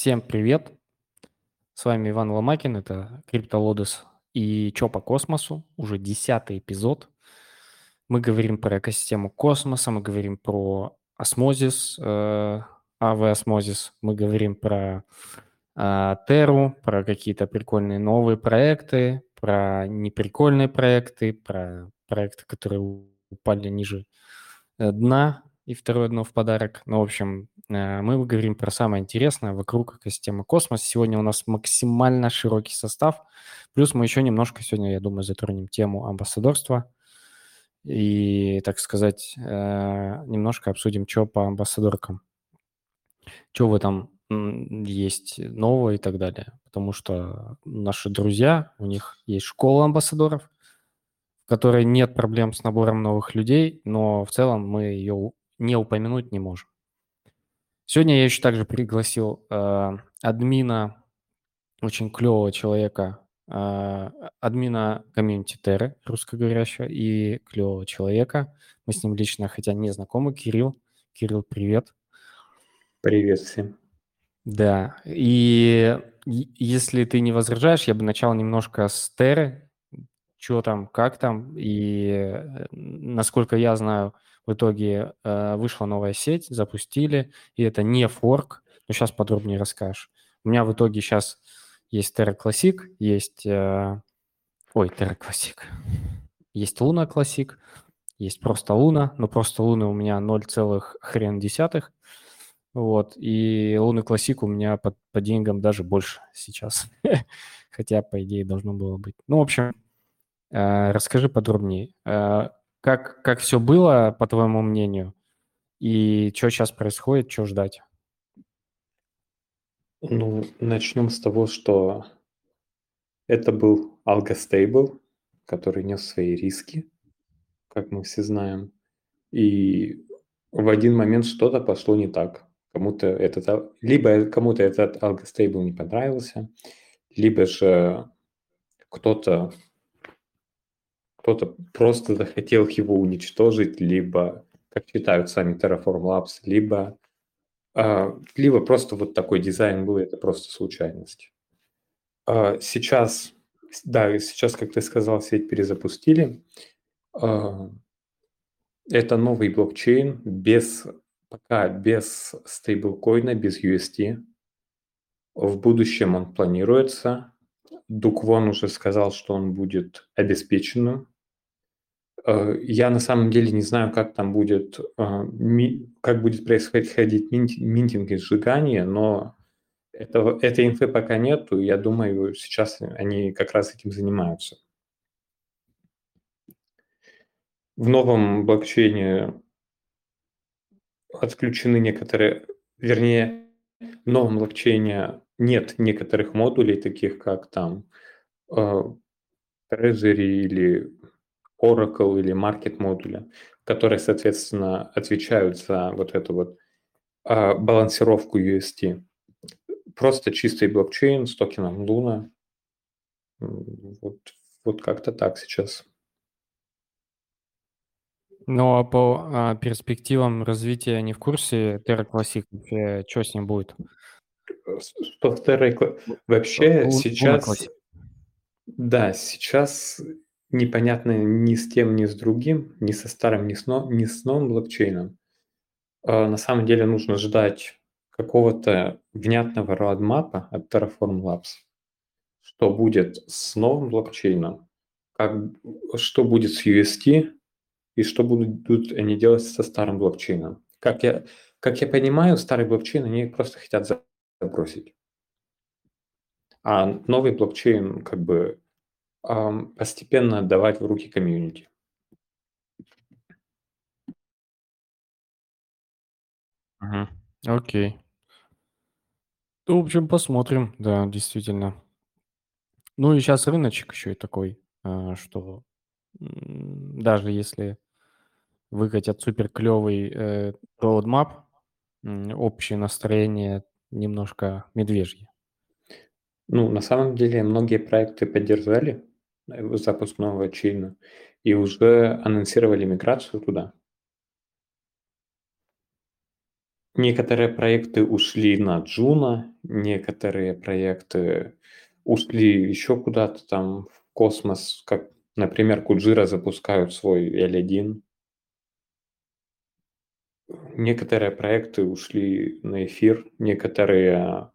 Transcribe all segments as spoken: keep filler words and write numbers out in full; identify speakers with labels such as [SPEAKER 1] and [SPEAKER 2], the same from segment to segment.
[SPEAKER 1] Всем привет! С вами Иван Ломакин, это CryptoLotus и «Чё по космосу?» Уже десятый эпизод. Мы говорим про экосистему космоса, мы говорим про осмозис, э, эй ви-осмозис, мы говорим про а, Терру, про какие-то прикольные новые проекты, про неприкольные проекты, про проекты, которые упали ниже э, дна, и второе дно в подарок. Ну, в общем, э, мы говорим про самое интересное вокруг экосистемы космос. Сегодня у нас максимально широкий состав. Плюс мы еще немножко сегодня, я думаю, затронем тему амбассадорства. И, так сказать, э, немножко обсудим, что по амбассадоркам. Что в этом м, есть нового и так далее. Потому что наши друзья, у них есть школа амбассадоров, в которой нет проблем с набором новых людей, но в целом мы ее у- не упомянуть не можем. Сегодня я еще также пригласил э, админа, очень клевого человека, э, админа комьюнити Терры, русскоговорящего, и клевого человека. Мы с ним лично, хотя не знакомы, Кирилл. Кирилл, привет.
[SPEAKER 2] Привет всем.
[SPEAKER 1] Да, и е- если ты не возражаешь, я бы начал немножко с Терры, что там, как там, и э, насколько я знаю, в итоге э, вышла новая сеть, запустили, и это не форк, но сейчас подробнее расскажешь. У меня в итоге сейчас есть Terra Classic, есть, э, ой, Terra Classic, есть Luna Classic, есть просто Луна, но просто Луна у меня ноль целых хрен десятых, вот, и Луны Classic у меня по, по деньгам даже больше сейчас, хотя, по идее, должно было быть. Ну, в общем, Э, расскажи подробнее, э, как, как все было, по твоему мнению, и что сейчас происходит, что ждать?
[SPEAKER 2] Ну, начнем с того, что это был алгостейбл, который нес свои риски, как мы все знаем. И в один момент что-то пошло не так. Кому-то этот, ал- либо кому-то этот алгостейбл не понравился, либо же кто-то кто-то просто захотел его уничтожить, либо, как считают сами Terraform Labs, либо, а, либо просто вот такой дизайн был, это просто случайность. А, сейчас, с да, сейчас, как ты сказал, сеть перезапустили. А, это новый блокчейн без пока без стейблкоина, без ю эс ти. В будущем он планируется. Дук Вон уже сказал, что он будет обеспеченным. Э, я на самом деле не знаю, как там будет, а, ми как будет происходить минти минтинг и сжигание, но этого этой инфы пока нету. Я думаю, сейчас они как раз этим занимаются. В новом блокчейне отключены некоторые, вернее, в новом блокчейне нет некоторых модулей, таких как там э, Treasury или Oracle или Market модуля, которые, соответственно, отвечают за вот эту вот а, балансировку ю эс ти. Просто чистый блокчейн с токеном Luna. М, Вот, вот как-то так сейчас.
[SPEAKER 1] Ну, а по а, перспективам развития не в курсе Terra Classic, вообще, что с ним будет?
[SPEAKER 2] Э, с- Что в Terra Cla-
[SPEAKER 1] Лу-
[SPEAKER 2] Вообще
[SPEAKER 1] Лу- Луна
[SPEAKER 2] сейчас.
[SPEAKER 1] Classic.
[SPEAKER 2] Да, сейчас непонятно ни с тем, ни с другим, ни со старым, ни с, но- ни с новым блокчейном. А, На самом деле нужно ждать какого-то внятного роадмапа от Terraform Labs, что будет с новым блокчейном, как, что будет с ю эс ти и что будут они делать со старым блокчейном. Как я, как я понимаю, старый блокчейн они просто хотят за- забросить. А новый блокчейн как бы ам, постепенно отдавать в руки комьюнити.
[SPEAKER 1] Мгм. Окей. Ну, в общем, посмотрим, да, действительно. Ну и сейчас рыночек еще и такой, а, что м, даже если выкатят супер клевый э, roadmap, м, общее настроение немножко медвежье.
[SPEAKER 2] Ну, на самом деле, многие проекты поддержали э, запуск нового чейна и уже анонсировали миграцию туда. Некоторые проекты ушли на Джуна, некоторые проекты ушли еще куда-то там в космос, как, например, Куджира запускают свой эль один. Некоторые проекты ушли на эфир, некоторые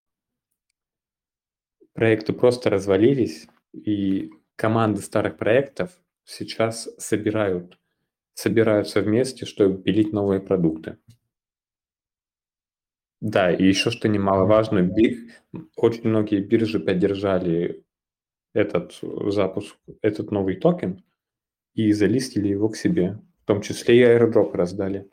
[SPEAKER 2] проекты просто развалились, и команды старых проектов сейчас собирают собираются вместе, чтобы пилить новые продукты. Да, и еще, что
[SPEAKER 1] Мгм.
[SPEAKER 2] немаловажно, бир очень многие биржи поддержали этот э, запуск, этот новый токен и залистили его к себе. В том числе и airdrop раздали.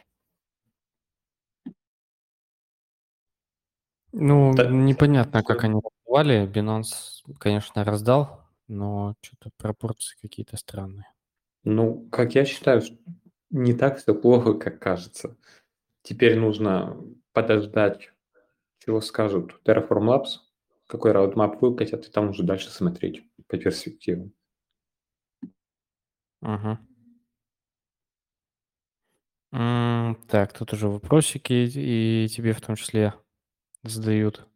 [SPEAKER 1] Ну,
[SPEAKER 2] Да,
[SPEAKER 1] непонятно, как
[SPEAKER 2] что?
[SPEAKER 1] они раздавали. Binance, конечно, раздал, но что-то пропорции какие-то странные.
[SPEAKER 2] Ну, как я считаю, ш- не так все плохо, как кажется. Теперь нужно подождать, чего скажут Terraform Labs, какой roadmap выкатят, и там уже дальше смотреть по перспективам.
[SPEAKER 1] Мгм. М, Так, тут уже вопросики и тебе в том числе задают.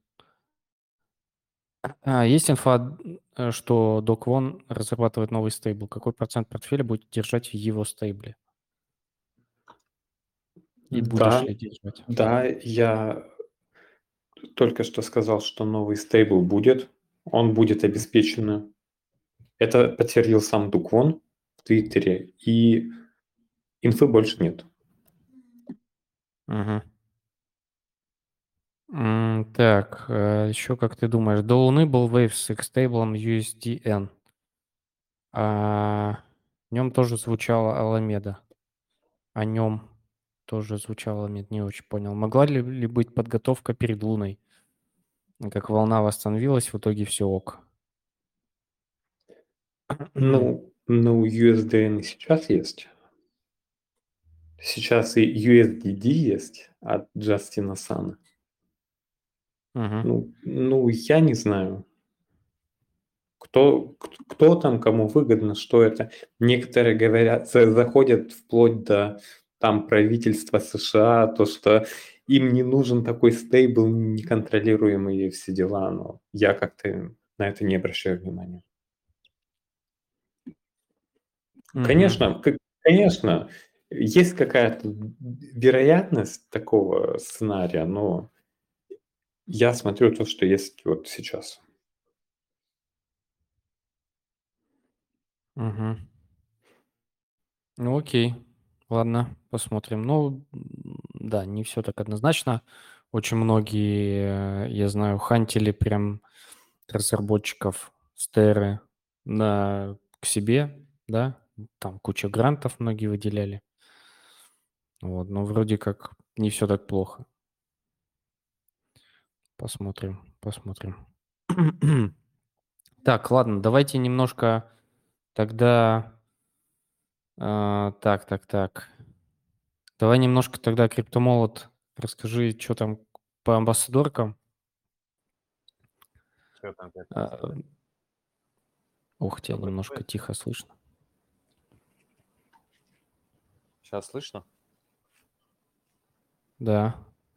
[SPEAKER 1] А, есть инфа, э, что Док Вон разрабатывает новый стейбл. Какой процент портфеля будет держать в его стейбле? И будешь
[SPEAKER 2] Да,
[SPEAKER 1] ли держать?
[SPEAKER 2] да, я только что сказал, что новый стейбл будет. Он будет обеспечен. Это подтвердил сам Дуквон в Твиттере, и инфы больше нет.
[SPEAKER 1] Мгм. М, Так, еще как ты думаешь, до Луны был Wave с стейблом ю эс ди эн. А, в нем тоже звучала Аламеда. О нем тоже звучала Аламеда, не очень понял. Могла ли, ли быть подготовка перед Луной? Как волна восстановилась, в итоге все ок.
[SPEAKER 2] Ну, ну, ю эс ди эн и сейчас есть. Сейчас и ю эс ди ди есть от Джастина Сана.
[SPEAKER 1] Мгм.
[SPEAKER 2] Ну, ну, я не знаю, кто, кто, кто там, кому выгодно, что это. Некоторые говорят, за- заходят вплоть до там правительства США, то, что им не нужен такой стейбл, неконтролируемый и все дела, но я как-то на это не обращаю внимания.
[SPEAKER 1] Мгм.
[SPEAKER 2] Конечно, к конечно, есть какая-то вероятность такого сценария, но я смотрю то, что есть вот сейчас.
[SPEAKER 1] Мгм. Ну окей, ладно, посмотрим. Ну, м, да, не все так однозначно. Очень многие, э, я знаю, хантили прям разработчиков Стеры на к себе, да, там куча грантов многие выделяли. Вот, но вроде как не все так плохо. Посмотрим, посмотрим. Так, ладно, давайте немножко тогда, а, так, так, так. Давай немножко тогда, Криптомолот, расскажи, что там по амбассадоркам.
[SPEAKER 3] Что конкретно
[SPEAKER 1] А,
[SPEAKER 3] рассказать?
[SPEAKER 1] Ух, тебя
[SPEAKER 3] Что
[SPEAKER 1] немножко
[SPEAKER 3] происходит?
[SPEAKER 1] тихо слышно.
[SPEAKER 3] Сейчас слышно?
[SPEAKER 1] Да.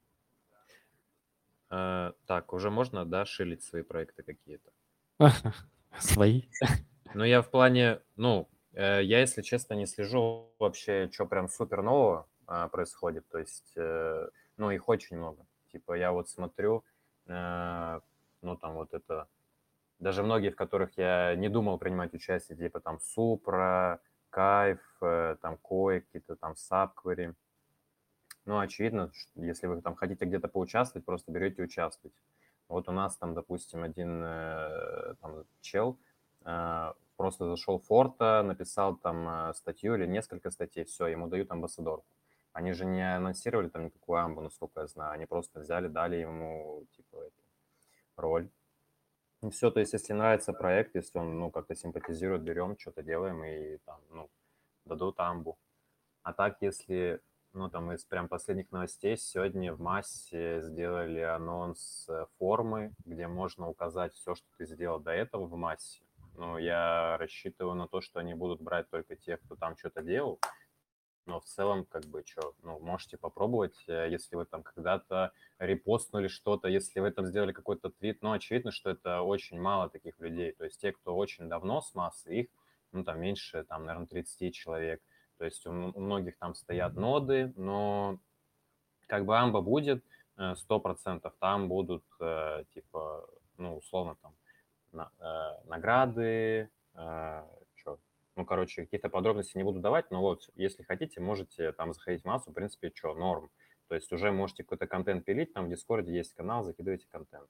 [SPEAKER 3] Э, так, уже можно, да, шилить свои проекты какие-то?
[SPEAKER 1] Свои.
[SPEAKER 3] Ну, я в плане, ну, э, я, если честно, не слежу вообще, что прям супер нового а, происходит. То есть, э, ну, их очень много. Типа, я вот смотрю, э, ну, там вот это, даже многие, в которых я не думал принимать участие, типа там Супра, Кайф, э, там Кoi, какие-то там Subquery. Ну, очевидно, ш- если вы там хотите где-то поучаствовать, просто берете и участвуйте. Вот у нас там, допустим, один э, там чел э, просто зашел в Форта, написал там э, статью или несколько статей, все, ему дают амбассадорку. Они же не анонсировали там никакую амбу, насколько я знаю. Они просто взяли, дали ему, типа, эту роль. И все, то есть, если нравится проект, если он, ну, как-то симпатизирует, берем, что-то делаем и там, ну, дадут амбу. А так, если, ну, там, из прям последних новостей, сегодня в массе сделали анонс э, формы, где можно указать все, что ты сделал до этого в массе. Но я рассчитываю на то, что они будут брать только тех, кто там что-то делал, Но в целом, как бы, что, ну, можете попробовать, э, если вы там когда-то репостнули что-то, если вы там сделали какой-то твит, но очевидно, что это очень мало таких людей. То есть те, кто очень давно с массой, их, ну, там меньше, там, наверное, тридцать человек. То есть у, м- у многих там стоят ноды, но как бы амба будет э, сто процентов, там будут, э, типа, ну, условно, там, на- э, награды, что, ну, короче, какие-то подробности не буду давать, но вот, если хотите, можете там заходить в массу, в принципе, что, норм. То есть уже можете какой-то контент пилить, там в Дискорде есть канал, закидывайте контент.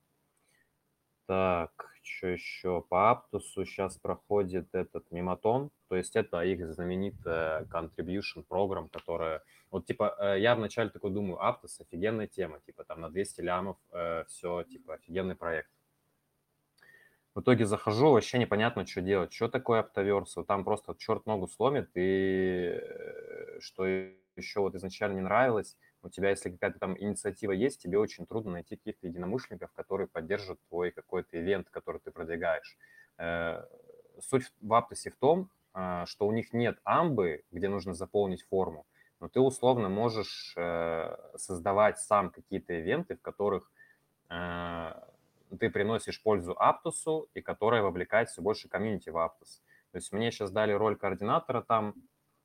[SPEAKER 3] Так, что еще? По Аптусу сейчас проходит этот мематон, то есть это их знаменитая contribution программ, которая... Вот, типа, э, я вначале такой думаю, Аптус офигенная тема, типа, там на двести лямов э, все, типа, офигенный проект. В итоге захожу, вообще непонятно, что делать. Что такое Аптоверс? Вот там просто черт ногу сломит, и э, что еще вот изначально не нравилось, у тебя, если какая-то там инициатива есть, тебе очень трудно найти каких-то единомышленников, которые поддержат твой какой-то ивент, который ты продвигаешь. Э, Суть в Аптосе в том, а, что у них нет амбы, где нужно заполнить форму, но ты условно можешь э, создавать сам какие-то ивенты, в которых э, ты приносишь пользу Аптусу, и которая вовлекает все больше комьюнити в Аптус. То есть мне сейчас дали роль координатора там.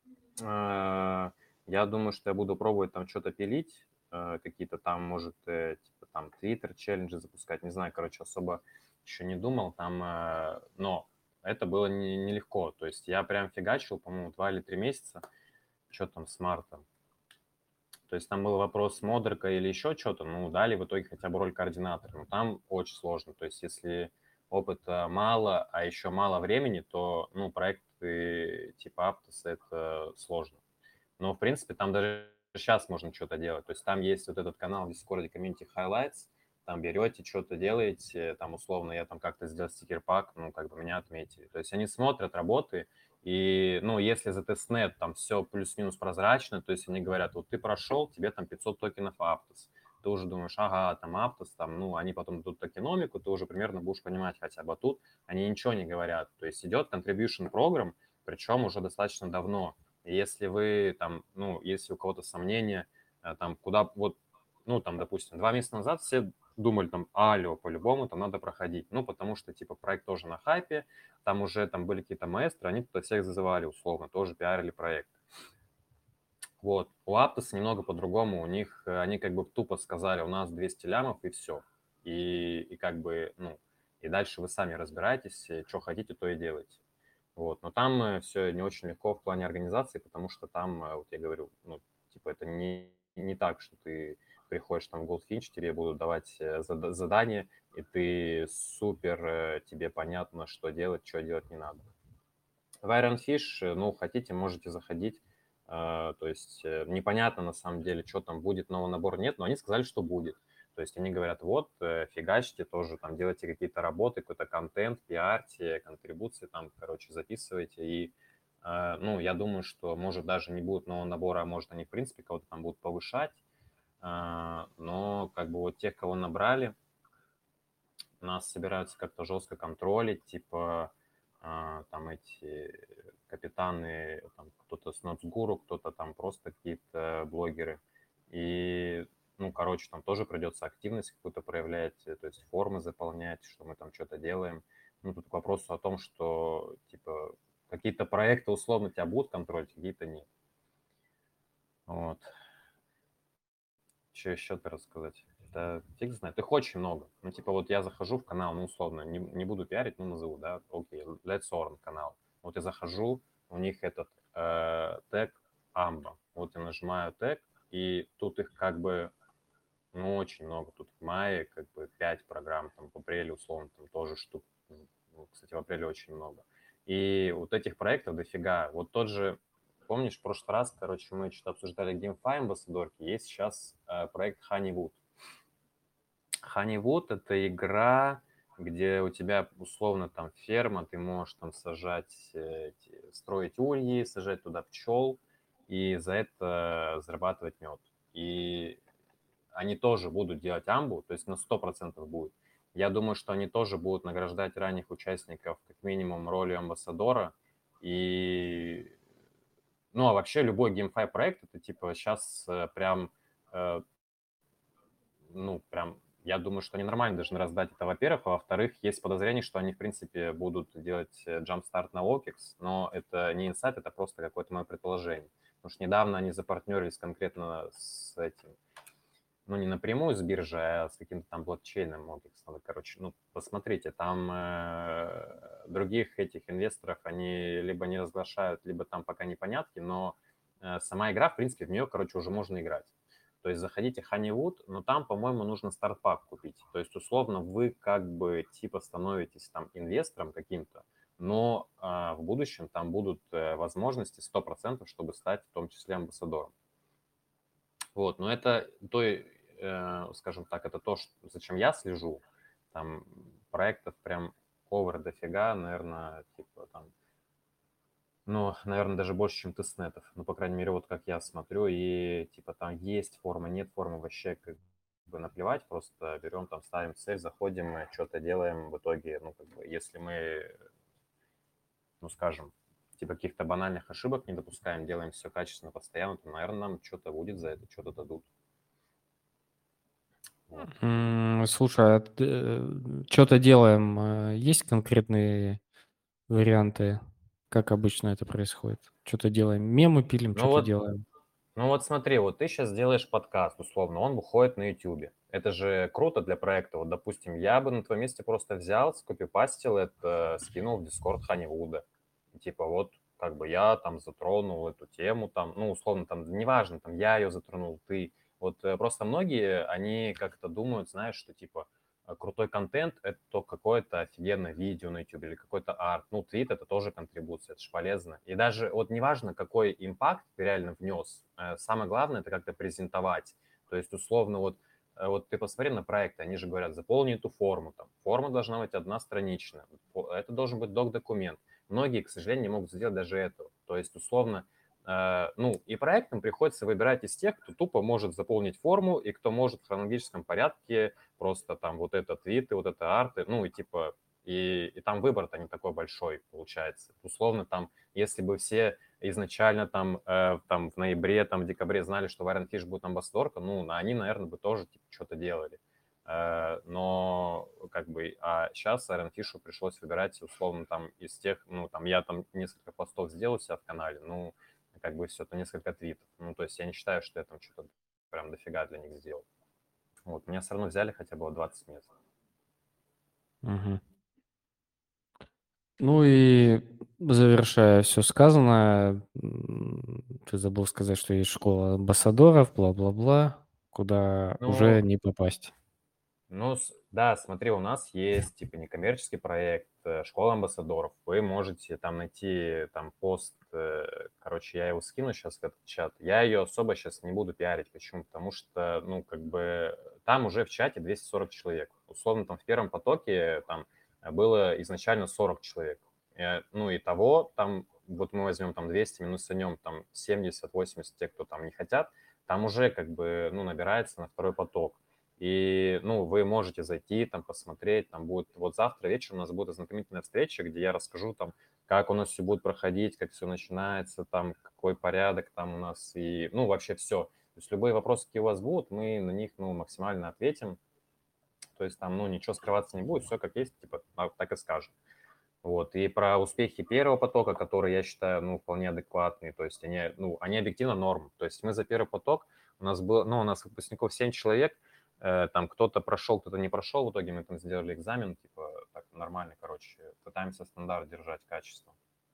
[SPEAKER 3] Э, Я думаю, что я буду пробовать там что-то пилить, э, какие-то там, может, э, типа там Twitter челленджи запускать, не знаю, короче, особо еще не думал там, э, но это было не- нелегко. То есть я прям фигачил, по-моему, два или три месяца, что там с марта. То есть там был вопрос модерка или еще что-то, ну, дали в итоге хотя бы роль координатора. Но там очень сложно. То есть если опыта мало, а еще мало времени, то, ну, проекты типа Aptos это сложно. Но, в принципе, там даже сейчас можно что-то делать. То есть там есть вот этот канал в Discord Community Highlights, там берете, что-то делаете, там условно я там как-то сделал стикер-пак, ну, как бы меня отметили. То есть они смотрят работы, и, ну, если за тестнет там все плюс-минус прозрачно, то есть они говорят, вот ты прошел, тебе там пятьсот токенов Aptos. Ты уже думаешь, ага, там Aptos, там, ну, они потом дадут токеномику, ты уже примерно будешь понимать хотя бы. А тут они ничего не говорят. То есть идет contribution program, причем уже достаточно давно. И если вы там, ну, если у кого-то сомнения, э, там, куда, вот, ну, там, допустим, два месяца назад все думали, там, алло, по-любому там надо проходить. Ну, потому что, типа, проект тоже на хайпе, там уже там были какие-то маэстры, они туда всех зазывали, условно, тоже пиарили проект. Вот. У Aptos немного по-другому. У них, э, они как бы тупо сказали, у нас двести лямов и все. И, и как бы, ну, и дальше вы сами разбираетесь, э, что хотите, то и делайте. Вот. Но там все не очень легко в плане организации, потому что там, э, вот я говорю, ну, типа это не, не так, что ты приходишь там в Goldfinch, тебе будут давать э, зада- задания, и ты супер, э, тебе понятно, что делать, что делать не надо. В Ironfish, э, ну, хотите, можете заходить. Э, То есть э, непонятно на самом деле, что там будет, новый набор нет, но они сказали, что будет. То есть они говорят, вот, э, фигачьте тоже, там, делайте какие-то работы, какой-то контент, пиарьте, контрибуции там, короче, записывайте. И, э, ну, я думаю, что, может, даже не будет нового набора, а может, они, в принципе, кого-то там будут повышать. А, Но, как бы, вот тех, кого набрали, нас собираются как-то жестко контролить, типа а, там эти капитаны, там кто-то с Нотсгуру, кто-то там просто какие-то блогеры. И, ну, короче, там тоже придется активность какую-то проявлять, э, то есть формы заполнять, что мы там что-то делаем. Ну, тут к вопросу о том, что, типа, какие-то проекты условно тебя будут контролить, какие-то нет. Вот. Что еще-то рассказать? Да фиг знает. Их очень много. Ну, типа, вот я захожу в канал, ну, условно, не, не буду пиарить, ну, назову, да, окей, Let's Orn канал. Вот я захожу, у них этот э, тег Амба. Вот я нажимаю тег, и тут их как бы, ну, очень много. Тут в мае как бы пять программ, там в апреле, условно, там тоже штук. Ну, кстати, в апреле очень много. И вот этих проектов дофига. Вот тот же, помнишь, в прошлый раз, короче, мы что-то обсуждали GameFi амбассадорки, есть сейчас э, проект Honeywood. Honeywood — это игра, где у тебя условно там ферма, ты можешь там сажать, э, эти, строить ульи, сажать туда пчел, и за это зарабатывать мед. И они тоже будут делать амбу, то есть на сто процентов будет. Я думаю, что они тоже будут награждать ранних участников как минимум ролью амбассадора. И, Ну, а вообще любой GameFi проект, это типа сейчас прям, э, ну, прям, я думаю, что они нормально должны раздать это, во-первых. А во-вторых, есть подозрение, что они, в принципе, будут делать э, Jumpstart на O K X, но это не инсайт, это просто какое-то мое предположение. Потому что недавно они запартнерились конкретно с этим, ну, не напрямую с биржей, а с каким-то там блокчейном O K X. Надо, короче, ну, посмотрите, там э, других этих инвесторов они либо не разглашают, либо там пока непонятки, но э, сама игра, в принципе, в нее, короче, уже можно играть. То есть заходите в Honeywood, но там, по-моему, нужно стартпак купить. То есть, условно, вы как бы типа становитесь там инвестором каким-то, но э, в будущем там будут э, возможности сто процентов, чтобы стать в том числе амбассадором. Вот, но это то, э, скажем так, это то, что, зачем я слежу. Там проектов прям овер дофига, наверное, типа там, ну, наверное, даже больше, чем тестнетов. Ну, по крайней мере, вот как я смотрю, и типа там есть форма, нет формы, вообще как бы наплевать, просто берем там, ставим цель, заходим, что-то делаем, в итоге, ну, как бы, если мы, ну, скажем, типа каких-то банальных ошибок не допускаем, делаем все качественно, постоянно, то, наверное, нам что-то будет за это, что-то дадут. Вот.
[SPEAKER 1] М, Слушай, а что-то делаем. э, Есть конкретные варианты, как обычно это происходит? Что-то делаем. Мемы пилим,
[SPEAKER 3] Ну
[SPEAKER 1] что-то
[SPEAKER 3] вот,
[SPEAKER 1] делаем.
[SPEAKER 3] ну вот смотри, вот ты сейчас делаешь подкаст, условно, он выходит на YouTube. Это же круто для проекта. Вот, допустим, я бы на твоем месте просто взял, скопипастил это, скинул в Discord Honeywood. Типа вот, как бы я там затронул эту тему, там, ну, условно, там, неважно, там, я ее затронул, ты. Вот э, просто многие, они как-то думают, знаешь, что, типа, э, крутой контент– это то какое-то офигенное видео на YouTube или какой-то арт. Ну, твит– это тоже контрибуция, это же полезно. И даже вот неважно, какой импакт ты реально внес, э, самое главное– это как-то презентовать. То есть, условно, вот, э, вот ты посмотри на проекты, они же говорят, заполни эту форму. Там, форма должна быть одностраничная. Это должен быть док-документ. Многие, к сожалению, не могут сделать даже этого. То есть, условно, э, ну, и проектам приходится выбирать из тех, кто тупо может заполнить форму и кто может в хронологическом порядке просто там вот это твиты, вот это арты, ну, и типа, и, и там выбор-то не такой большой получается. Условно, там, если бы все изначально там, э, там в ноябре, там в декабре знали, что Iron Fish будет амбассадорка, ну, они, наверное, бы тоже типа, что-то делали. Э, но как бы, а сейчас Iron Fish пришлось выбирать условно там из тех, ну, там я там несколько постов сделал у себя в канале, ну, как бы все, то несколько твитов. Ну, то есть я не считаю, что я там что-то прям дофига для них сделал. Вот, меня все равно взяли хотя бы вот двадцать мест.
[SPEAKER 1] Мгм. Ну и завершая все сказанное, м, ты забыл сказать, что есть школа амбассадоров, бла-бла-бла, куда уже
[SPEAKER 3] Ну,
[SPEAKER 1] не попасть.
[SPEAKER 3] Ну, с- да, смотри, у нас есть типа некоммерческий проект э, «Школа амбассадоров». Вы можете там найти там пост, э, короче, я его скину сейчас в этот чат. Я ее особо сейчас не буду пиарить. Почему? Потому что, ну, как бы там уже в чате двести сорок человек. Условно, там в первом потоке там было изначально сорок человек. Э, Ну, и того там, вот мы возьмем там двести, минусанем там семьдесят-восемьдесят, те, кто там не хотят, там уже как бы, ну, набирается на второй поток. И, ну, вы можете зайти, там, посмотреть, там будет, вот завтра вечером у нас будет ознакомительная встреча, где я расскажу, там, как у нас все будет проходить, как все начинается, там, какой порядок там у нас, и, ну, вообще все. То есть любые вопросы, какие у вас будут, мы на них, ну, максимально ответим. То есть там, ну, ничего скрываться не будет, все как есть, типа, а, так и скажем. Вот, и про успехи первого потока, которые я считаю, ну, вполне адекватные, то есть они, ну, они объективно норм. То есть мы за первый поток, у нас было, ну, у нас выпускников семь человек, э, там кто-то прошел, кто-то не прошел, в итоге мы там сделали экзамен, типа, так, нормально, короче, пытаемся стандарт держать, качество.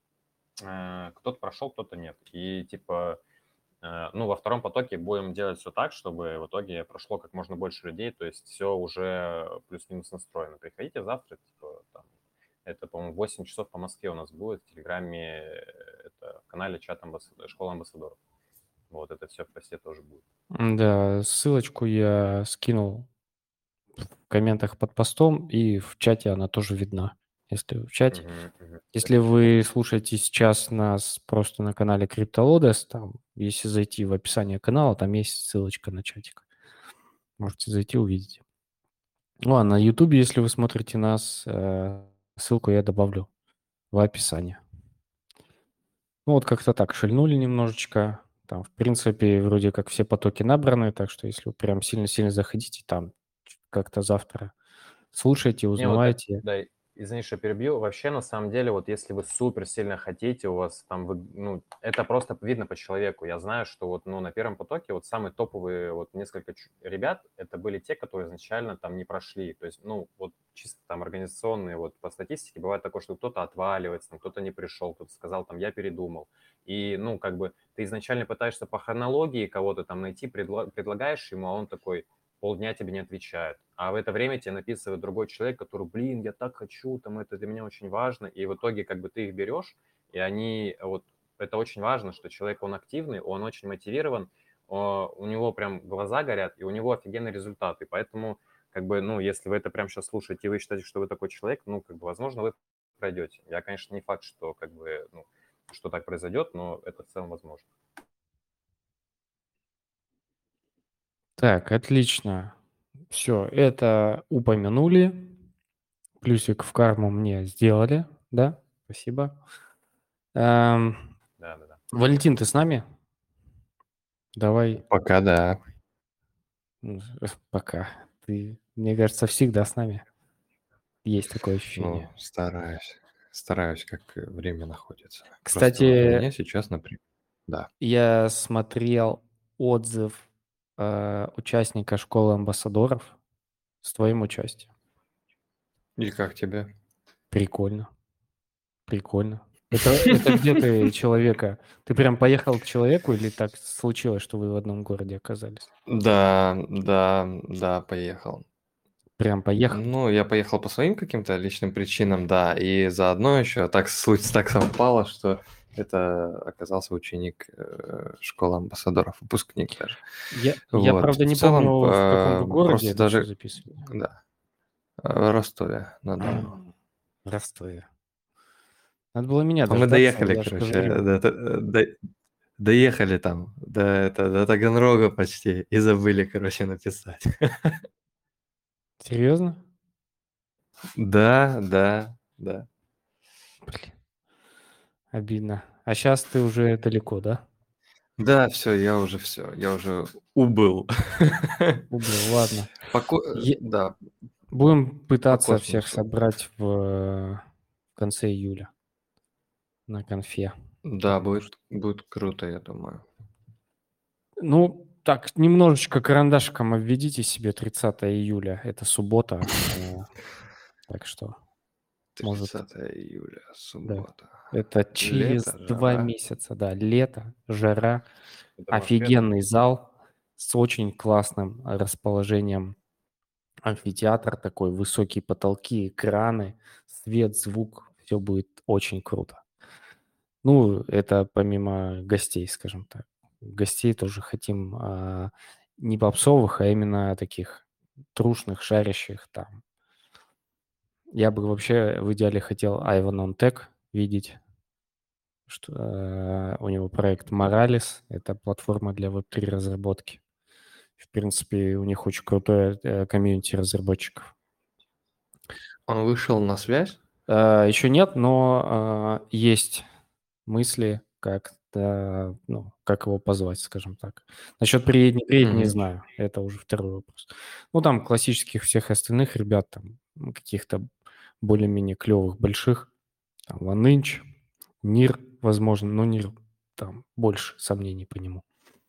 [SPEAKER 3] Э, кто-то прошел, кто-то нет. И, типа, э, ну, во втором потоке будем делать все так, чтобы в итоге прошло как можно больше людей, то есть все уже плюс-минус настроено. Приходите завтра, типа, там, это, по-моему, восемь часов по Москве у нас будет в Телеграме, э, это в канале чат амбассадор, школа амбассадоров. Вот это все в посте тоже будет.
[SPEAKER 1] Да, ссылочку я скинул в комментах под постом, и в чате она тоже видна, если вы в чате.
[SPEAKER 3] Мгм, мгм.
[SPEAKER 1] Если вы слушаете сейчас нас просто на канале CryptoLodes, там, если зайти в описание канала, там есть ссылочка на чатик. Можете зайти, увидеть. Ну, а на YouTube, если вы смотрите нас, э, ссылку я добавлю в описание. Ну, вот как-то так, шильнули немножечко. Там, в принципе, вроде как все потоки набраны, так что если вы прям сильно-сильно захотите, там как-то завтра слушайте,
[SPEAKER 3] Не, вот, э,
[SPEAKER 1] узнавайте.
[SPEAKER 3] да, извини, что перебью. Вообще, на самом деле, вот если вы супер сильно хотите, у вас там, вы, ну, это просто видно по человеку. Я знаю, что вот, ну, на первом потоке вот самые топовые вот несколько ч- ребят, это были те, которые изначально там не прошли. То есть, ну, вот чисто там организационные, вот по статистике бывает такое, что кто-то отваливается, там, кто-то не пришел, кто-то сказал, там, я передумал. И, ну, как бы ты изначально пытаешься по хронологии кого-то там найти, предла- предлагаешь ему, а он такой, полдня тебе не отвечает. А в это время тебе написывает другой человек, который, блин, я так хочу, там это для меня очень важно. И в итоге как бы ты их берешь, и они, вот это очень важно, что человек, он активный, он очень мотивирован, о, у него прям глаза горят, и у него офигенный результат. И поэтому, как бы, ну, если вы это прям сейчас слушаете, и вы считаете, что вы такой человек, ну, как бы, возможно, вы пройдете. Я, конечно, не факт, что, как бы, ну, что так произойдет, но это в целом возможно.
[SPEAKER 1] Так, отлично. Все, это упомянули. Плюсик в карму мне сделали, да? Спасибо. Эм,
[SPEAKER 3] Да, да, да.
[SPEAKER 1] Валентин, ты с нами? Давай.
[SPEAKER 2] Пока да.
[SPEAKER 1] м, Пока. Ты, мне кажется, всегда с нами. Есть такое ощущение.
[SPEAKER 2] Ну, стараюсь. Стараюсь, как э, время находится. Просто вот у
[SPEAKER 1] Кстати,
[SPEAKER 2] меня сейчас, например... Да.
[SPEAKER 1] я смотрел отзыв э, участника школы амбассадоров с твоим участием.
[SPEAKER 2] И как тебе?
[SPEAKER 1] Прикольно, прикольно. Это, это где ты человека? Ты прям поехал к человеку или так случилось, что вы в одном городе оказались?
[SPEAKER 2] Да, да, да, поехал.
[SPEAKER 1] Прям поехал?
[SPEAKER 2] Ну, я поехал по своим каким-то личным причинам, да, и заодно еще так, случ- так совпало, что это оказался ученик э, школы амбассадоров, выпускник даже.
[SPEAKER 1] Я, я
[SPEAKER 2] Вот,
[SPEAKER 1] правда
[SPEAKER 2] в
[SPEAKER 1] не
[SPEAKER 2] целом,
[SPEAKER 1] помню, в каком вы
[SPEAKER 2] э,
[SPEAKER 1] городе
[SPEAKER 2] просто
[SPEAKER 1] это все
[SPEAKER 2] даже,
[SPEAKER 1] записывали.
[SPEAKER 2] да, э, в Ростове-на-Дону.
[SPEAKER 1] В Ростове. Надо было меня
[SPEAKER 2] А мы
[SPEAKER 1] дождаться,
[SPEAKER 2] доехали,
[SPEAKER 1] я же
[SPEAKER 2] короче,
[SPEAKER 1] говорил.
[SPEAKER 2] до, до- до- доехали там до, это, до Таганрога почти и забыли, короче, написать.
[SPEAKER 1] Серьезно?
[SPEAKER 2] Да, да, да.
[SPEAKER 1] Блин, обидно. А сейчас ты уже далеко, да?
[SPEAKER 2] Да, все, я уже все, я уже убыл.
[SPEAKER 1] Убыл, ладно.
[SPEAKER 2] По ко- э,
[SPEAKER 1] Е-
[SPEAKER 2] Да,
[SPEAKER 1] Будем
[SPEAKER 2] по
[SPEAKER 1] пытаться всех
[SPEAKER 2] космосу.
[SPEAKER 1] собрать в, в конце июля на конфе.
[SPEAKER 2] Да,
[SPEAKER 1] Потому
[SPEAKER 2] будет,
[SPEAKER 1] что...
[SPEAKER 2] будет круто, я думаю.
[SPEAKER 1] Ну, так, немножечко карандашиком обведите себе тридцатое июля. Это суббота. э, Так что, может,
[SPEAKER 2] тридцатое июля,
[SPEAKER 1] да.
[SPEAKER 2] суббота.
[SPEAKER 1] Это через
[SPEAKER 2] Лето,
[SPEAKER 1] два
[SPEAKER 2] жара.
[SPEAKER 1] месяца, да, лето, жара,
[SPEAKER 3] Это в Москве, да?
[SPEAKER 1] офигенный зал с очень классным расположением. Амфитеатр такой, высокие потолки, экраны, свет, звук, все будет очень круто. Ну, это помимо гостей, скажем так. Гостей тоже хотим а, не попсовых, а именно таких трушных, шарящих там. Я бы вообще в идеале хотел Ivan on Tech видеть. Что, э, у него проект Morales, это платформа для веб три разработки. В принципе, у них очень крутое э, комьюнити разработчиков.
[SPEAKER 2] Он вышел на связь?
[SPEAKER 1] Э, еще нет, но э, есть мысли, как, да, ну, как его позвать, скажем так. Насчет приедет, не приедет, не
[SPEAKER 2] Мгм.
[SPEAKER 1] знаю. Это уже второй вопрос. Ну, там классических всех остальных ребят, там, м, каких-то более-менее клевых, больших. Там, OneInch, Нир, возможно, но Нир, там больше сомнений по нему.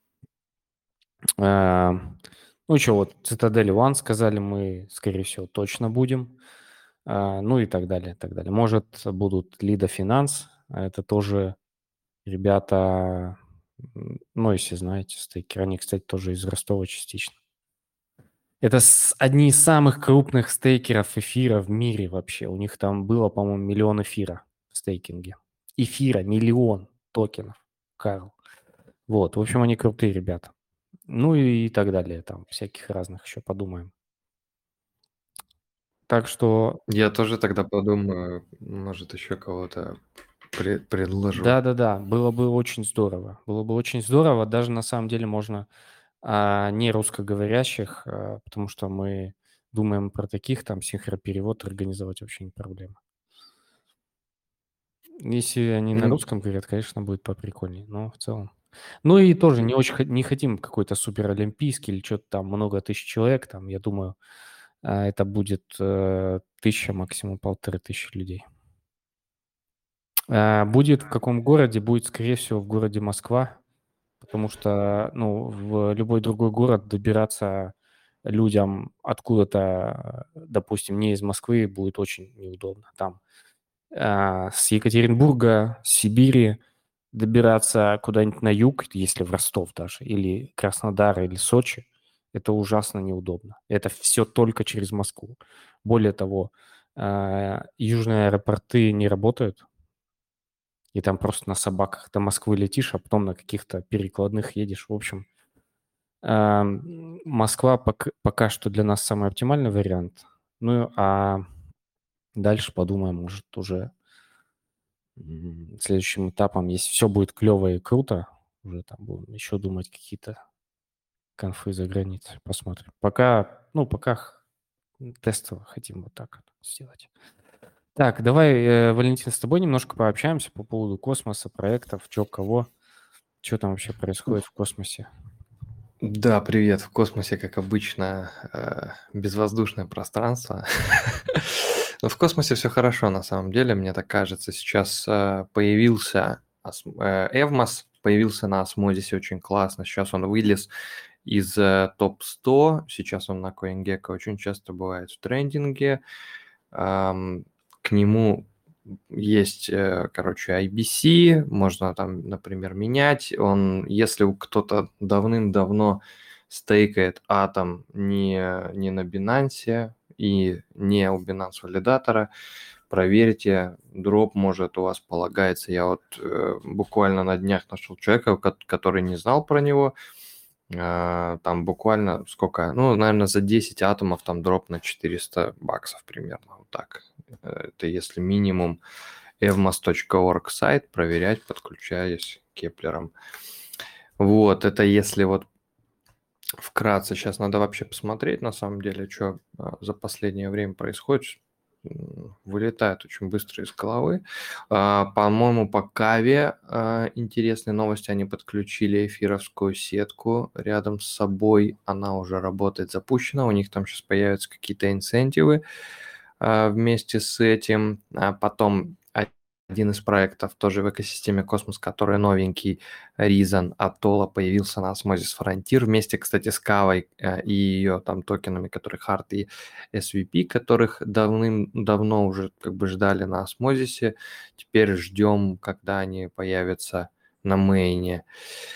[SPEAKER 1] А, ну, что, вот Цитадель One сказали, мы, скорее всего, точно будем. А, ну и так далее, так далее. Может, будут Лида Финанс, а это тоже ребята, м, ну, если знаете, стейкеры, они, кстати, тоже из Ростова частично. Это с- одни из самых крупных стейкеров эфира в мире вообще. У них там было, по-моему, миллион эфира в стейкинге. Эфира, миллион токенов, Карл. Вот, в общем, они крутые ребята. Ну и так далее, там всяких разных еще подумаем. Так что,
[SPEAKER 2] Я тоже тогда подумаю, может, еще кого-то пре- предложу.
[SPEAKER 1] да-да-да, было бы очень здорово. Было бы очень здорово. Даже на самом деле можно а, не русскоговорящих, а, потому что мы думаем про таких, там синхроперевод организовать вообще не проблема. Если они на
[SPEAKER 2] М,
[SPEAKER 1] русском говорят, конечно, будет поприкольнее, но в целом. Ну и тоже
[SPEAKER 2] м,
[SPEAKER 1] не очень хо- не хотим какой-то супер олимпийский или что-то там много тысяч человек, там, я думаю, а, это будет э, тысяча, максимум полторы тысячи людей. А, Будет в каком городе? Будет, скорее всего, в городе Москва, потому что, ну, в любой другой город добираться людям откуда-то, э, допустим, не из Москвы, будет очень неудобно. Там а, с Екатеринбурга, с Сибири добираться куда-нибудь на юг, если в Ростов даже, или Краснодар, или Сочи, это ужасно неудобно. Это все только через Москву. Более того, а, южные аэропорты не работают, и там просто на собаках до Москвы летишь, а потом на каких-то перекладных едешь. В общем, ам, Москва пок- пока что для нас самый оптимальный вариант. Ну, а дальше подумаем, может, уже м, следующим этапом, если все будет клево и круто, уже там будем еще думать какие-то конфы за границей, посмотрим. Пока, ну, пока х- тестово хотим вот так вот сделать. Так, давай, э, Валентин, с тобой немножко пообщаемся по поводу космоса, проектов, чё, кого, что там вообще происходит в космосе.
[SPEAKER 4] Да, привет. В космосе, как обычно, э, безвоздушное пространство. Но в космосе все хорошо, на самом деле, мне так кажется. Сейчас э, появился ос- э, Эвмос, появился на Осмозисе очень классно. Сейчас он вылез из э, топ сто. Сейчас он на CoinGecko очень часто бывает в трендинге. Ам, К нему есть, э, короче, ай би си, можно там, например, менять. Он, если у кто-то давным-давно стейкает атом не, не на Binance и не у Binance валидатора, проверьте, дроп может у вас полагается. Я вот э, буквально на днях нашел человека, ко- который не знал про него. А, Там буквально сколько, ну, наверное, за десять атомов там дроп на четыреста баксов примерно, вот так. Э, Это если минимум evmos точка org сайт проверять, подключаясь к Кеплерам. Вот, это если вот вкратце. Сейчас надо вообще посмотреть, на самом деле, что за последнее время происходит. М, Вылетает очень быстро из головы. А, По-моему, по Каве а, интересные новости. Они подключили эфировскую сетку рядом с собой. Она уже работает, запущена. У них там сейчас появятся какие-то инцентивы а, вместе с этим. А потом а- один из проектов тоже в экосистеме Космос, который новенький, Reason Atoll, появился на Osmosis Frontier вместе, кстати, с Кавой э, и ее там токенами, которые Hard и эс ви пи, которых давным-давно уже как бы ждали на Осмозисе. Теперь ждем, когда они появятся на мейне.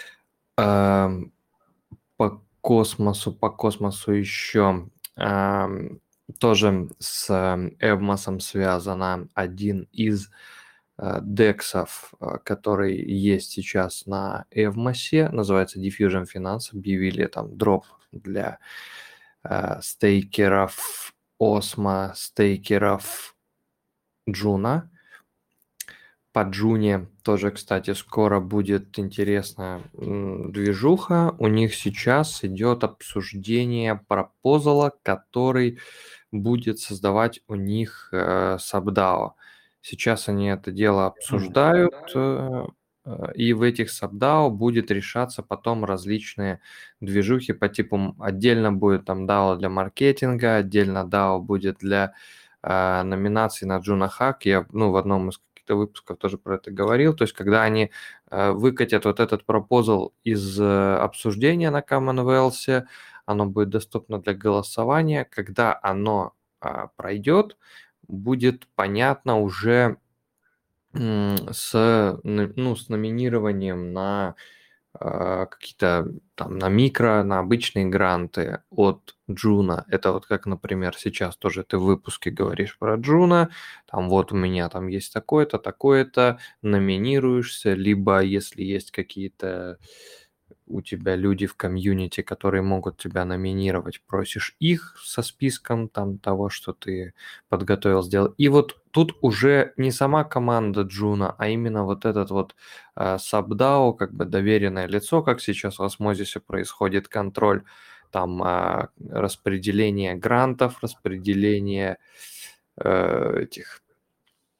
[SPEAKER 4] Ам, По космосу, по космосу еще ам, тоже с Эвмосом связано один из э, дексов, э, который есть сейчас на Эвмосе, называется Diffusion Finance, объявили там дроп для э, стейкеров Осмо, стейкеров Джуна. По Джуне тоже, кстати, скоро будет интересная м, движуха. У них сейчас идет обсуждение пропозала, который будет создавать у них э, сабдао. Сейчас они это дело обсуждают, э, э, и в этих сабдао будет решаться потом различные движухи по типу м, отдельно будет там дао для маркетинга, отдельно дао будет для э, номинаций на Джуна Хак. Я ну, в одном из каких-то выпусков тоже про это говорил. То есть, когда они э, выкатят вот этот пропозал из э, обсуждения на Commonwealth, оно будет доступно для голосования. Когда оно а, пройдет, будет понятно уже м, с, н- ну, с номинированием на а, какие-то там на микро, на обычные гранты от Джуна. Это вот как, например, сейчас тоже ты в выпуске говоришь про Джуна, там вот у меня там есть такое-то, такое-то, номинируешься, либо если есть какие-то у тебя люди в комьюнити, которые могут тебя номинировать, просишь их со списком там того, что ты подготовил, сделал. И вот тут уже не сама команда Джуна, а именно вот этот вот э, сабдао, как бы доверенное лицо, как сейчас в Осмозисе происходит контроль, там э, распределение грантов, распределение э, этих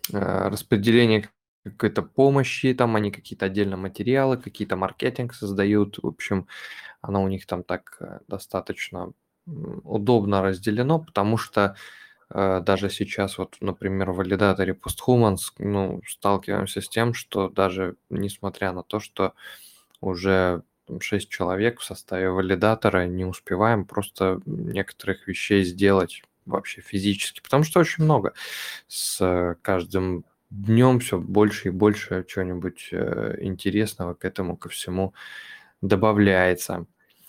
[SPEAKER 4] э, распределение какой-то помощи, там они какие-то отдельно материалы, какие-то маркетинг создают. В общем, оно у них там так э, достаточно м, удобно разделено, потому что э, даже сейчас вот, например, в валидаторе Posthumans, ну, сталкиваемся с тем, что даже несмотря на то, что уже там шесть человек в составе валидатора, не успеваем просто некоторых вещей сделать вообще физически, потому что очень много. С э, каждым днем все больше и больше чего-нибудь э, интересного к этому, ко всему добавляется.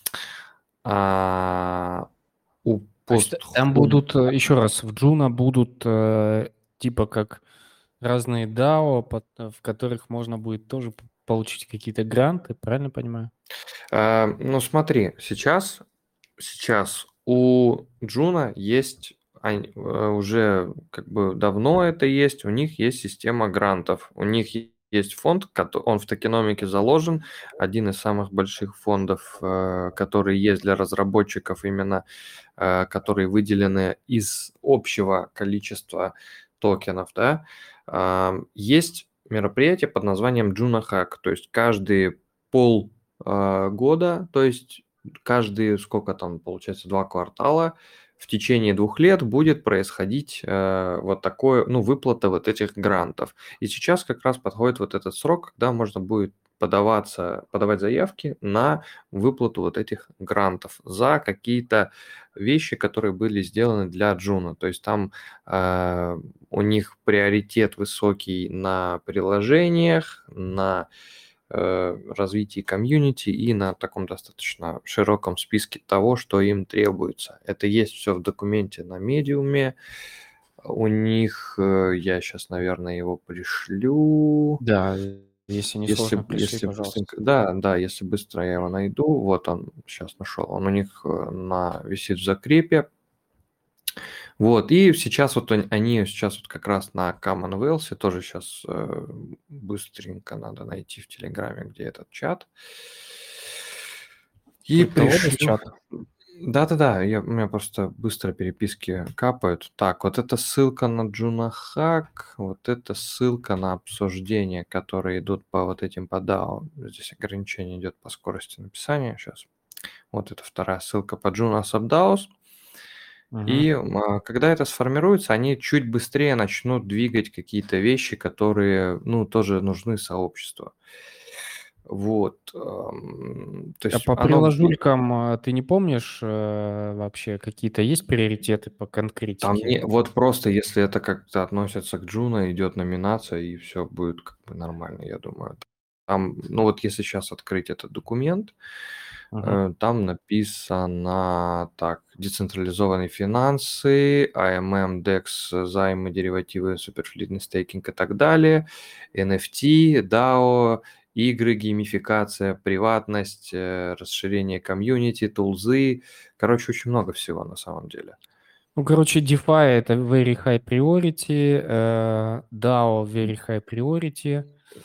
[SPEAKER 4] А, у
[SPEAKER 1] То есть т- там
[SPEAKER 4] Posthum
[SPEAKER 1] будут, э, еще раз, в Juno будут э, типа как разные дао, под- э, в которых можно будет тоже п- получить какие-то гранты, правильно понимаю?
[SPEAKER 4] А, ну смотри, сейчас, сейчас у Джуна есть, ань- э, уже как бы давно это есть, у них есть система грантов, у них е- есть фонд, кото- он в токеномике заложен, один из самых больших фондов, э, которые есть для разработчиков, именно э, которые выделены из общего количества токенов, да. А, есть мероприятие под названием Juno Hack, то есть каждые пол а, года, то есть каждые, сколько там, получается, два квартала, в течение двух лет будет происходить э, вот такое, ну, выплата вот этих грантов. И сейчас как раз подходит вот этот срок, когда можно будет подаваться, подавать заявки на выплату вот этих грантов за какие-то вещи, которые были сделаны для Juno. То есть там э, у них приоритет высокий на приложениях, на э, развитии комьюнити и на таком достаточно широком списке того, что им требуется. Это есть все в документе на медиуме. У них, э, я сейчас, наверное, его пришлю.
[SPEAKER 1] Да, если не
[SPEAKER 4] Если,
[SPEAKER 1] сложно,
[SPEAKER 4] б-
[SPEAKER 1] пришли,
[SPEAKER 4] если
[SPEAKER 1] пожалуйста.
[SPEAKER 4] быстренько, да, да, если быстро я его найду, вот он, сейчас нашел, он у них э, на, висит в закрепе. Вот, и сейчас вот он- они сейчас вот как раз на Commonwealth, тоже сейчас э, быстренько надо найти в Телеграме, где этот чат. И
[SPEAKER 1] Криптолодос
[SPEAKER 4] пришлю.
[SPEAKER 1] чат?
[SPEAKER 4] Да-да-да, я, у меня просто быстро переписки капают. Так, вот это ссылка на Джунахак, вот это ссылка на обсуждения, которые идут по вот этим по дао. Здесь ограничение идет по скорости написания сейчас. Вот это вторая ссылка по Juno Subdaos.
[SPEAKER 1] Мгм.
[SPEAKER 4] И а, когда это сформируется, они чуть быстрее начнут двигать какие-то вещи, которые, ну, тоже нужны сообществу. Вот. ам, То
[SPEAKER 1] А
[SPEAKER 4] есть
[SPEAKER 1] по
[SPEAKER 4] оно бу-
[SPEAKER 1] приложулькам э, ты не помнишь э, вообще какие-то есть приоритеты по
[SPEAKER 4] там
[SPEAKER 1] конкретике?
[SPEAKER 4] не, вот просто если это как-то относится к Джуна, идет номинация, и все будет как бы нормально, я думаю. Там, ну вот если сейчас открыть этот документ,
[SPEAKER 1] Мгм.
[SPEAKER 4] э, там написано так: децентрализованные финансы, а эм эм, декс, займы, деривативы, суперфлитный стейкинг и так далее, эн эф ти, дао, игры, геймификация, приватность, э, расширение комьюнити, тулзы. Короче, очень много всего на самом деле.
[SPEAKER 1] Ну, короче, DeFi — это very high priority, э, дао very high priority,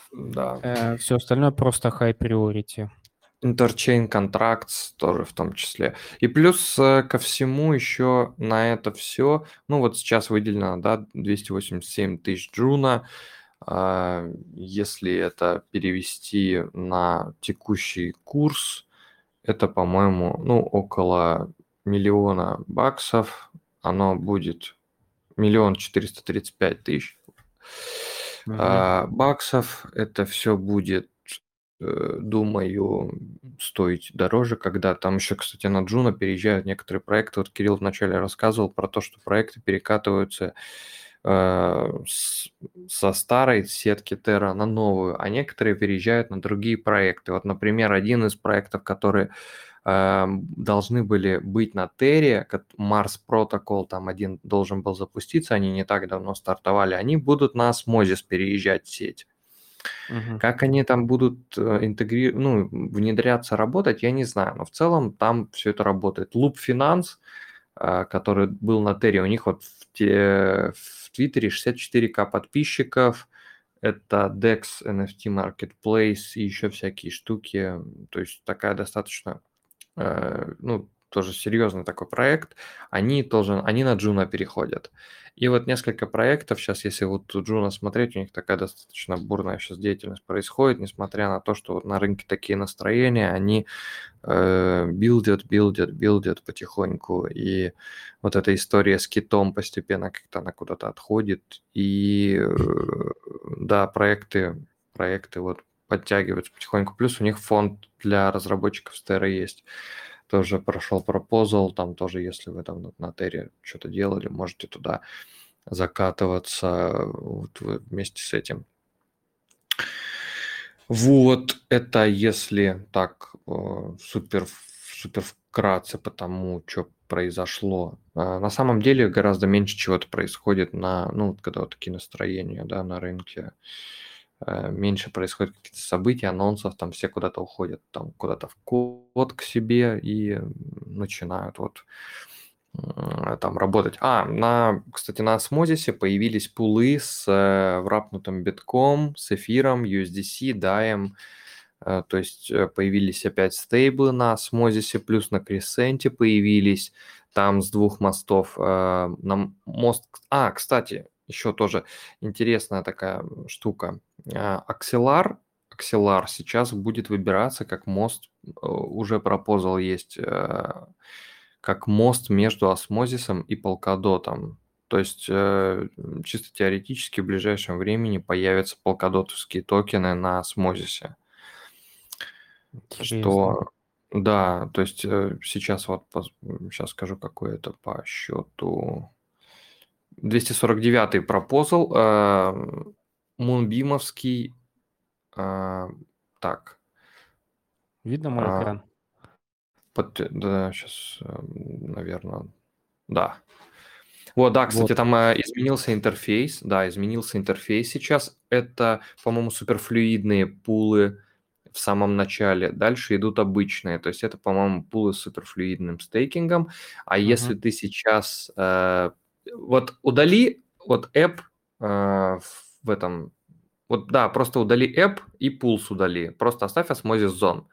[SPEAKER 4] Да.
[SPEAKER 1] все остальное просто high priority.
[SPEAKER 4] Interchain Contracts тоже в том числе. И плюс э, ко всему еще на это все, ну вот сейчас выделено, да, двести восемьдесят семь тысяч джуна. А, Если это перевести на текущий курс, это, по-моему, ну, около миллиона баксов. Оно будет миллион четыреста тридцать пять тысяч
[SPEAKER 1] Мгм.
[SPEAKER 4] а, баксов. Это все будет, э, думаю, стоить дороже, когда там еще, кстати, на Джуна переезжают некоторые проекты. Вот Кирилл вначале рассказывал про то, что проекты перекатываются э, с- со старой сетки Terra на новую, а некоторые переезжают на другие проекты. Вот, например, один из проектов, которые э, должны были быть на Терре, как Mars Protocol, там один должен был запуститься, они не так давно стартовали, они будут на Osmosis переезжать в сеть.
[SPEAKER 1] Мгм.
[SPEAKER 4] Как они там будут интегри... ну, внедряться, работать, я не знаю, но в целом там все это работает. Loop Finance, а, который был на Терре, у них вот в, те... в Твиттере шестьдесят четыре тысячи подписчиков, это Dex, эн эф ти Marketplace и еще всякие штуки, то есть такая достаточно, э, ну, тоже серьезный такой проект, они тоже, они на Juno переходят. И вот несколько проектов сейчас, если вот Juno смотреть, у них такая достаточно бурная сейчас деятельность происходит, несмотря на то, что вот на рынке такие настроения, они э, билдят, билдят, билдят потихоньку, и вот эта история с китом постепенно как-то она куда-то отходит, и э, да, проекты, проекты вот подтягиваются потихоньку, плюс у них фонд для разработчиков с Terra есть, тоже прошел пропозал, там тоже, если вы там на Terra что-то делали, можете туда закатываться вот вместе с этим. Вот это если так э, супер, супер вкратце по тому, что произошло. А на самом деле гораздо меньше чего-то происходит на, ну, вот когда вот такие настроения, да, на рынке. Э, меньше происходит каких-то событий, анонсов, там все куда-то уходят, там куда-то в код к себе и начинают вот э, там работать. А, на, кстати, на Осмозисе появились пулы с э, врапнутым битком, с эфиром, ю эс ди си, даем. Э, то есть э, появились опять стейблы на Осмозисе, плюс на Кресенте появились. Там с двух мостов э, на мост... А, кстати, еще тоже интересная такая штука. Акселар, Акселар сейчас будет выбираться как мост, э, уже пропозал есть, э, как мост между Осмозисом и Polkadot. То есть э, чисто теоретически в ближайшем времени появятся полкадотовские токены на Осмозисе.
[SPEAKER 1] Интересно.
[SPEAKER 4] Что, да, то есть э, сейчас вот, поз- сейчас скажу, какой это по счету. двести сорок девятый пропозал, э, Мунбимовский, э, так,
[SPEAKER 1] Видно мой
[SPEAKER 4] а,
[SPEAKER 1] экран?
[SPEAKER 4] под, да, сейчас, наверное, да. Вот, да, кстати,
[SPEAKER 1] Вот.
[SPEAKER 4] там э, изменился интерфейс, да, изменился интерфейс сейчас. Это, по-моему, суперфлюидные пулы в самом начале. Дальше идут обычные, то есть это, по-моему, пулы с суперфлюидным стейкингом. А
[SPEAKER 1] Мгм.
[SPEAKER 4] если ты сейчас... э, вот удали вот app э, в, в этом... Вот, да, просто удали app и пулс удали. Просто оставь Osmosis Zone.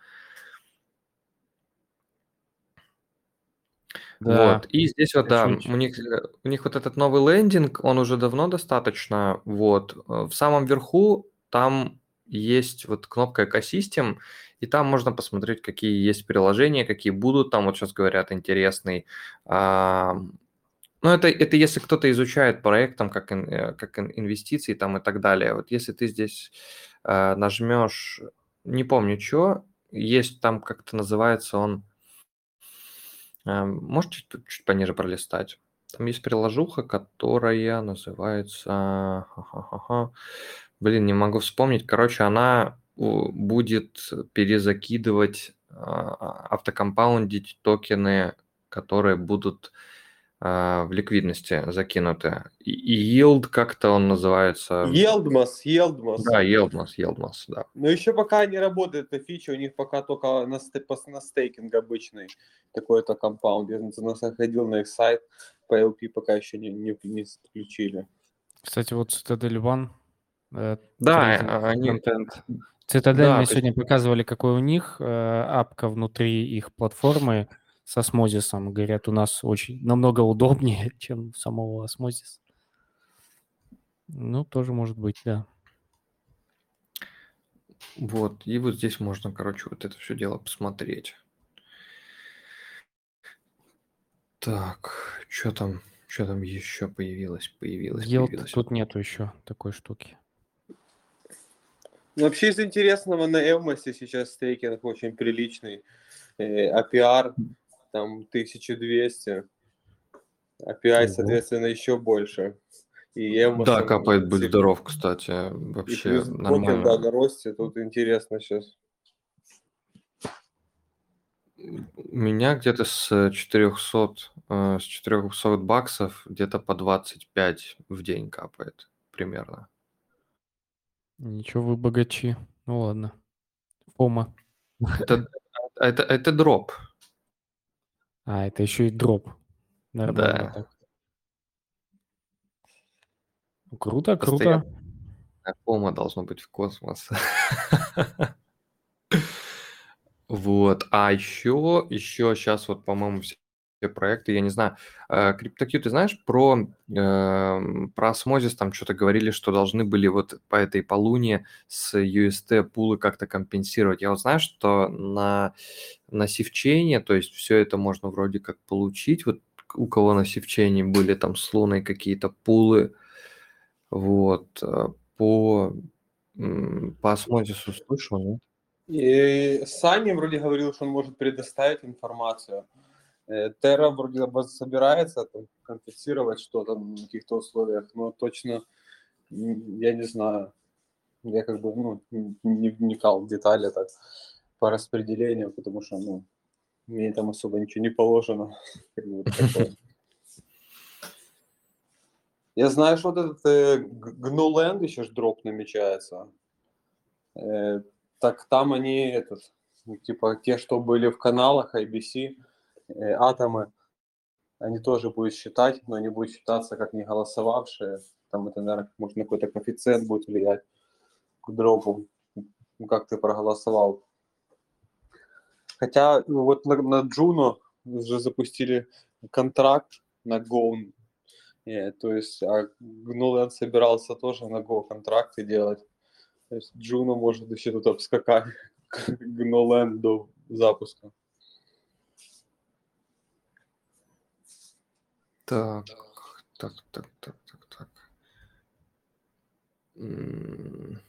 [SPEAKER 1] Да,
[SPEAKER 4] Вот, и здесь вот, да,
[SPEAKER 1] чуть-чуть.
[SPEAKER 4] у них, э, у них вот этот новый лендинг, он уже давно достаточно, вот, э, в самом верху там есть вот кнопка «Экосистем», и там можно посмотреть, какие есть приложения, какие будут, там вот сейчас говорят интересный, а, ну, это, это если кто-то изучает проект, там, как, ин- э, как ин- инвестиции там и так далее, вот если ты здесь э, нажмешь, не помню, что, есть там, как-то называется он, Эм, можете чуть, чуть пониже пролистать? Там есть приложуха, которая называется... ха-ха-ха-ха. Блин, не могу вспомнить. Короче, она у, будет перезакидывать, а, автокомпаундить токены, которые будут а, в ликвидности закинуты. И, и yield как-то он называется.
[SPEAKER 5] Елдмас, Елдмас.
[SPEAKER 4] Да, Yieldmas, Yieldmas, да.
[SPEAKER 5] Но еще пока не работает эта фича, у них пока только на, сте- пос- на стейкинг обычный какой-то компаунд. Я заходил на их сайт, по эл пи пока еще не, не, не включили.
[SPEAKER 1] Кстати, вот Citadel One, э,
[SPEAKER 4] Да,
[SPEAKER 1] трейдинг
[SPEAKER 4] а, они...
[SPEAKER 1] контент. Citadel
[SPEAKER 4] Да,
[SPEAKER 1] мне
[SPEAKER 4] то есть
[SPEAKER 1] сегодня показывали, какой у них э, апка внутри их платформы с осмозисом. Говорят, у нас очень намного удобнее, чем самого осмозис. Ну, тоже может быть, да.
[SPEAKER 4] вот, и вот здесь можно, короче, вот это все дело посмотреть. Так, что там, что там еще появилось, появилось,
[SPEAKER 1] Yield
[SPEAKER 4] появилось.
[SPEAKER 1] тут нету еще такой штуки.
[SPEAKER 5] Ну, вообще из интересного на Элмосе сейчас стейкинг очень приличный. Э, эй пи ай там тысяча двести. эй пи ай,
[SPEAKER 1] Ого.
[SPEAKER 5] соответственно, еще больше. И Элмос,
[SPEAKER 4] Да,
[SPEAKER 5] он,
[SPEAKER 4] капает, будь
[SPEAKER 5] си-
[SPEAKER 4] здоров, кстати,
[SPEAKER 5] и
[SPEAKER 4] вообще
[SPEAKER 5] плюс токен, да,
[SPEAKER 4] нормально.
[SPEAKER 5] на росте. Тут интересно сейчас.
[SPEAKER 4] У меня где-то с четырехсот, э, с четырехсот баксов где-то по двадцать пять в день капает примерно.
[SPEAKER 1] Ничего, вы богачи. Ну ладно. Фома.
[SPEAKER 4] Это, это, это дроп.
[SPEAKER 1] А, это еще и дроп. Нормально
[SPEAKER 4] Да.
[SPEAKER 1] так. Ну, круто,
[SPEAKER 4] Постоянно
[SPEAKER 1] круто.
[SPEAKER 4] фома должно быть в космос. Вот, а еще, еще сейчас вот, по-моему, все все проекты, я не знаю, э, CryptoQ, ты знаешь про, эм, про Osmosis, там что-то говорили, что должны были вот по этой по луне с ю эс ти пулы как-то компенсировать. Я вот знаю, что на, на сивчейне, то есть все это можно вроде как получить, вот у кого на сивчейне были там с луной какие-то пулы, вот, э, по, м, по Osmosis слышал, нет?
[SPEAKER 5] И Сани вроде говорил, что он может предоставить информацию. Э, Терра вроде бы собирается там компенсировать что-то на каких-то условиях, но точно м, я не знаю. Я как бы ну, н- не вникал в детали так по распределению, потому что ну, мне там особо ничего не положено. Как бы вот такое. Я знаю, что вот этот э, Г- Гнуленд еще ж дроп намечается. Э, так там они, этот, ну, типа, те, что были в каналах ай би си, э, атомы, они тоже будут считать, но они будут считаться как не голосовавшие. Там это, наверное, может, на какой-то коэффициент будет влиять к дропу, ну, как ты проголосовал. Хотя ну, вот на, на Juno уже запустили контракт на Go. Э, то есть а Гнулен собирался тоже на Go контракты делать. То есть Juno может еще тут обскакать Гнулен до запуска.
[SPEAKER 4] Так, так, так, так, так, так. М,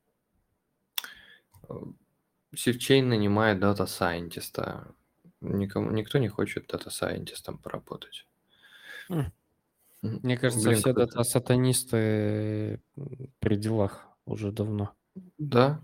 [SPEAKER 4] э, Сивчейн нанимает дата-сайентиста. Никому, никто не хочет дата-сайентистом поработать.
[SPEAKER 1] М.
[SPEAKER 4] М,
[SPEAKER 1] Мне кажется,
[SPEAKER 4] Блин,
[SPEAKER 1] все
[SPEAKER 4] какой-то...
[SPEAKER 1] дата-сатанисты м, при делах уже давно.
[SPEAKER 4] Да?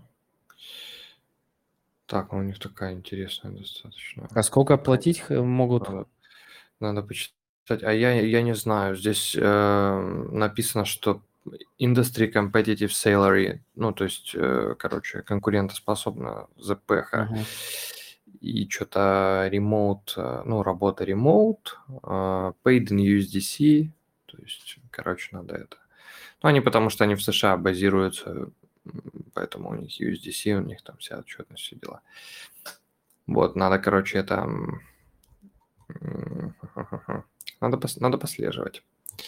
[SPEAKER 4] Так, ну у них такая интересная достаточно.
[SPEAKER 1] А сколько
[SPEAKER 4] Какая-
[SPEAKER 1] платить х- могут?
[SPEAKER 4] Надо, надо почитать. А я, я не знаю. Здесь э, написано, что industry competitive salary, ну, то есть, э, короче, конкурентоспособна зэ пэ эйч.
[SPEAKER 1] Мгм.
[SPEAKER 4] И что-то remote, э, ну, работа remote, э, paid in ю эс ди си, то есть, короче, надо это. Ну, они потому что они в США базируются, м, поэтому у них ю эс ди си, у них там вся отчетность, все дела. Вот, надо, короче, это... м, м, Надо, пос- надо послеживать.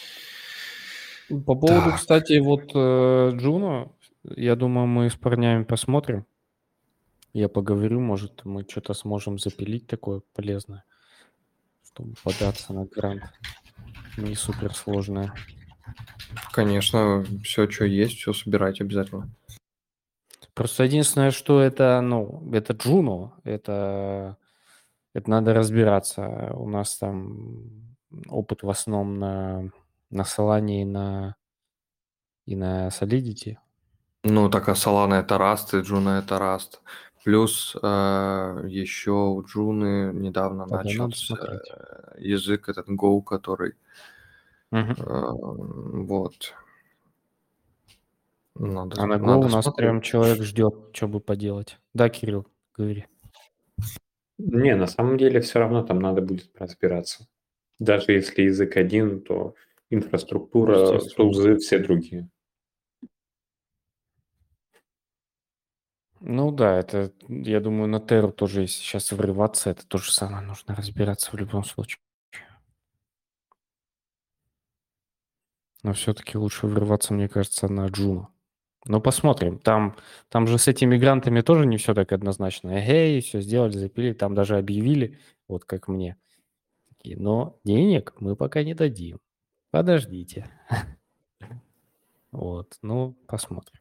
[SPEAKER 1] По поводу,
[SPEAKER 4] Так,
[SPEAKER 1] кстати, вот э, Джуно, я думаю, мы с парнями посмотрим. Я поговорю, может, мы что-то сможем запилить такое полезное, чтобы податься на грант. Не суперсложное.
[SPEAKER 4] конечно, все, что есть, все собирайте обязательно.
[SPEAKER 1] Просто единственное, что это, ну, это Джуно, это, это надо разбираться. У нас там опыт в основном на, на Solana и на, и на Solidity.
[SPEAKER 4] Ну, так а Solana это Rust, и Juno это Rust. Плюс э, еще у Джуны недавно
[SPEAKER 1] Тогда надо
[SPEAKER 4] начался
[SPEAKER 1] смотреть.
[SPEAKER 4] э, язык этот Go, который...
[SPEAKER 1] Мгм.
[SPEAKER 4] э, вот. Надо,
[SPEAKER 1] А на Go
[SPEAKER 4] надо
[SPEAKER 1] у нас
[SPEAKER 4] смотреть.
[SPEAKER 1] прям человек ждет, что бы поделать. Да, Кирилл, говори.
[SPEAKER 2] Не, на самом деле все равно там надо будет разбираться. Даже если язык один, то инфраструктура,
[SPEAKER 1] Естественно.
[SPEAKER 2] тулзы все другие.
[SPEAKER 1] Ну да, это, я думаю, на Терру тоже, если сейчас врываться, это то же самое, нужно разбираться в любом случае. Но все-таки лучше врываться, мне кажется, на Джуну. Но посмотрим. Там, там же с этими грантами тоже не все так однозначно. Эй, все сделали, запилили, там даже объявили, вот как мне. Такие, но денег мы пока не дадим. Подождите. Вот, ну, посмотрим.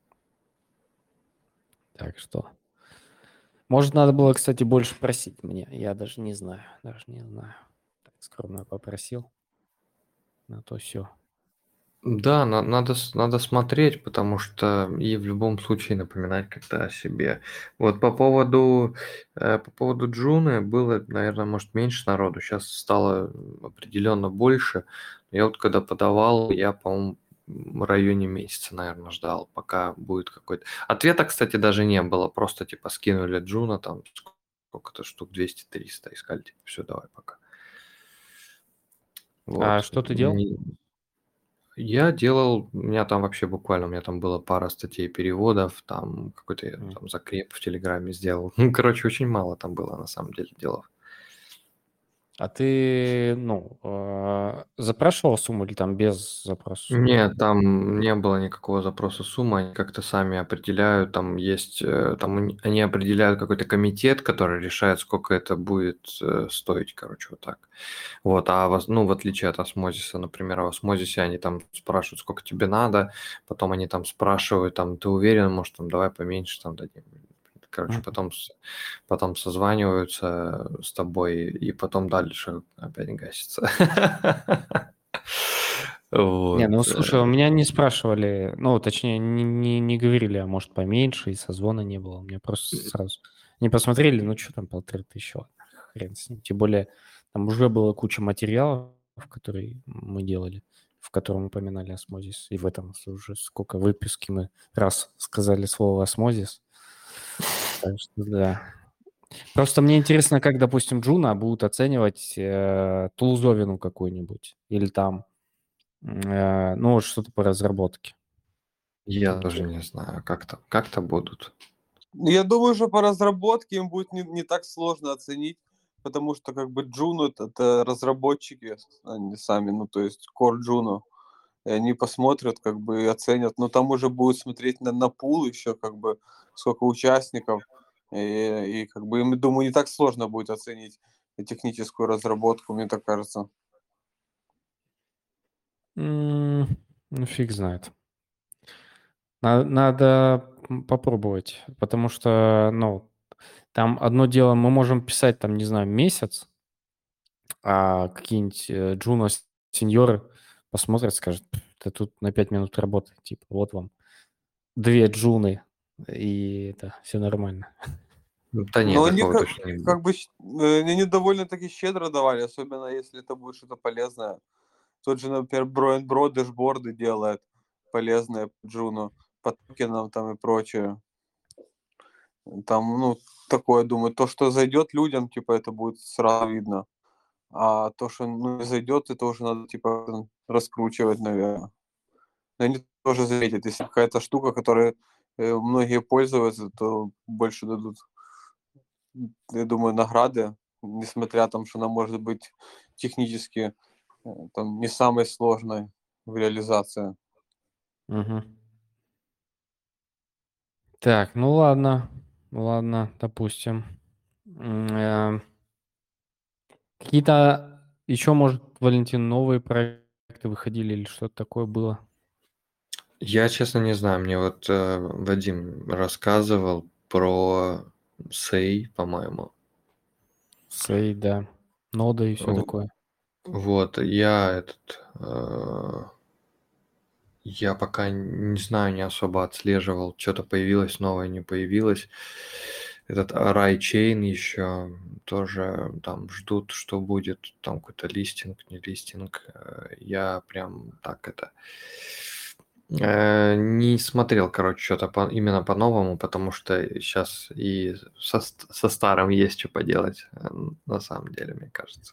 [SPEAKER 1] Так что... Может, надо было, кстати, больше просить мне. Я даже не знаю, даже не знаю. Так скромно попросил. На то все.
[SPEAKER 4] Да, на- надо, с- надо смотреть, потому что и в любом случае напоминать как-то о себе. Вот по поводу, э, по поводу Джуны было, наверное, может, меньше народу. Сейчас стало определенно больше. Я вот когда подавал, я, по-моему, в районе месяца, наверное, ждал, пока будет какой-то... Ответа, кстати, даже не было. Просто типа скинули Джуна, там сколько-то штук, двести-триста, и сказали, типа, все, давай, пока.
[SPEAKER 1] А
[SPEAKER 4] Вот.
[SPEAKER 1] что ты делал?
[SPEAKER 4] Не- Я делал, у меня там вообще буквально, у меня там было пара статей переводов, там какой-то я
[SPEAKER 1] М.
[SPEAKER 4] там закреп в Телеграме сделал. Ну, короче, очень мало там было на самом деле делов.
[SPEAKER 1] А ты, ну, э, запрашивал сумму или там без запроса суммы?
[SPEAKER 4] Нет, там не было никакого запроса суммы, они как-то сами определяют, там есть, э, там они они определяют какой-то комитет, который решает, сколько это будет э, стоить, короче, вот так. Вот, а в, ну, в отличие от осмозиса, например, в осмозисе они там спрашивают, сколько тебе надо, потом они там спрашивают, там, ты уверен, может, там, давай поменьше, там, дадим. Короче,
[SPEAKER 1] Мгм.
[SPEAKER 4] потом, с- потом созваниваются с тобой, и потом дальше опять гасится.
[SPEAKER 1] Не, ну
[SPEAKER 4] Вот.
[SPEAKER 1] слушай, у
[SPEAKER 4] э,
[SPEAKER 1] меня не спрашивали, ну, точнее, не, не, не говорили, а может поменьше, и созвона не было. У меня просто сразу не посмотрели, ну, что там, полторы тысячи, ладно, хрен с ним. Тем более, там уже была куча материалов, которые мы делали, в котором упоминали осмозис. И в этом уже сколько выписки мы раз сказали слово осмозис. Так что да. Просто мне интересно, как, допустим, Джуна будут оценивать э, тулзовину какую-нибудь или там, м, э, ну, вот что-то по разработке.
[SPEAKER 4] Я
[SPEAKER 1] Там
[SPEAKER 4] даже
[SPEAKER 1] те-
[SPEAKER 4] не знаю, как-то как-то будут.
[SPEAKER 5] Ну, я думаю, что по разработке им будет не, не так сложно оценить, потому что как бы Juno это, это разработчики, они сами, ну то есть Core Juno, и они посмотрят как бы и оценят, но там уже будут смотреть на, на пул еще как бы сколько участников, и, и как бы им, думаю, не так сложно будет оценить техническую разработку, мне так кажется.
[SPEAKER 1] М, Ну, фиг знает. На- Надо м, попробовать, потому что, ну, там одно дело, мы можем писать, там, не знаю, месяц, а какие-нибудь э, Джуно с- сеньоры посмотрят, скажут, «Пф, да тут на пять минут работы, типа, вот вам две Джуны, и это все нормально.
[SPEAKER 4] Да
[SPEAKER 5] Но
[SPEAKER 4] нет,
[SPEAKER 5] они
[SPEAKER 4] такого
[SPEAKER 5] как,
[SPEAKER 4] точно не
[SPEAKER 5] как
[SPEAKER 4] будет.
[SPEAKER 5] бы щ- э, они довольно-таки щедро давали, особенно если это будет что-то полезное. Тот же, например, Броен Бро дэшборды делает полезные по Джуну, по токенам там и прочее. Там, ну, такое, думаю, то, что зайдет людям, типа, это будет сразу видно. А то, что ну, не зайдет, это уже надо, типа, раскручивать, наверное. Но они тоже заметят, если какая-то штука, которой э, многие пользуются, то больше дадут, я думаю, награды, несмотря там, что она может быть технически э, там не самой сложной в реализации.
[SPEAKER 1] Мгм. Так, ну ладно, ладно, допустим. М, э, Какие-то еще, может, Валентин, новые проекты выходили или что-то такое было?
[SPEAKER 4] Я, честно, не знаю. Мне вот э, Вадим рассказывал про Сей, по-моему.
[SPEAKER 1] Сей, да. Нода и все
[SPEAKER 4] В-
[SPEAKER 1] такое.
[SPEAKER 4] Вот, я этот... э, я пока не знаю, не особо отслеживал, что-то появилось новое, не появилось. Этот Рай Чейн еще тоже там ждут, что будет, там какой-то листинг, не листинг. Э, Я прям так это э, не смотрел, короче, что-то по, именно по-новому, потому что сейчас и со, ст- со старым есть что поделать, э, на самом деле, мне кажется.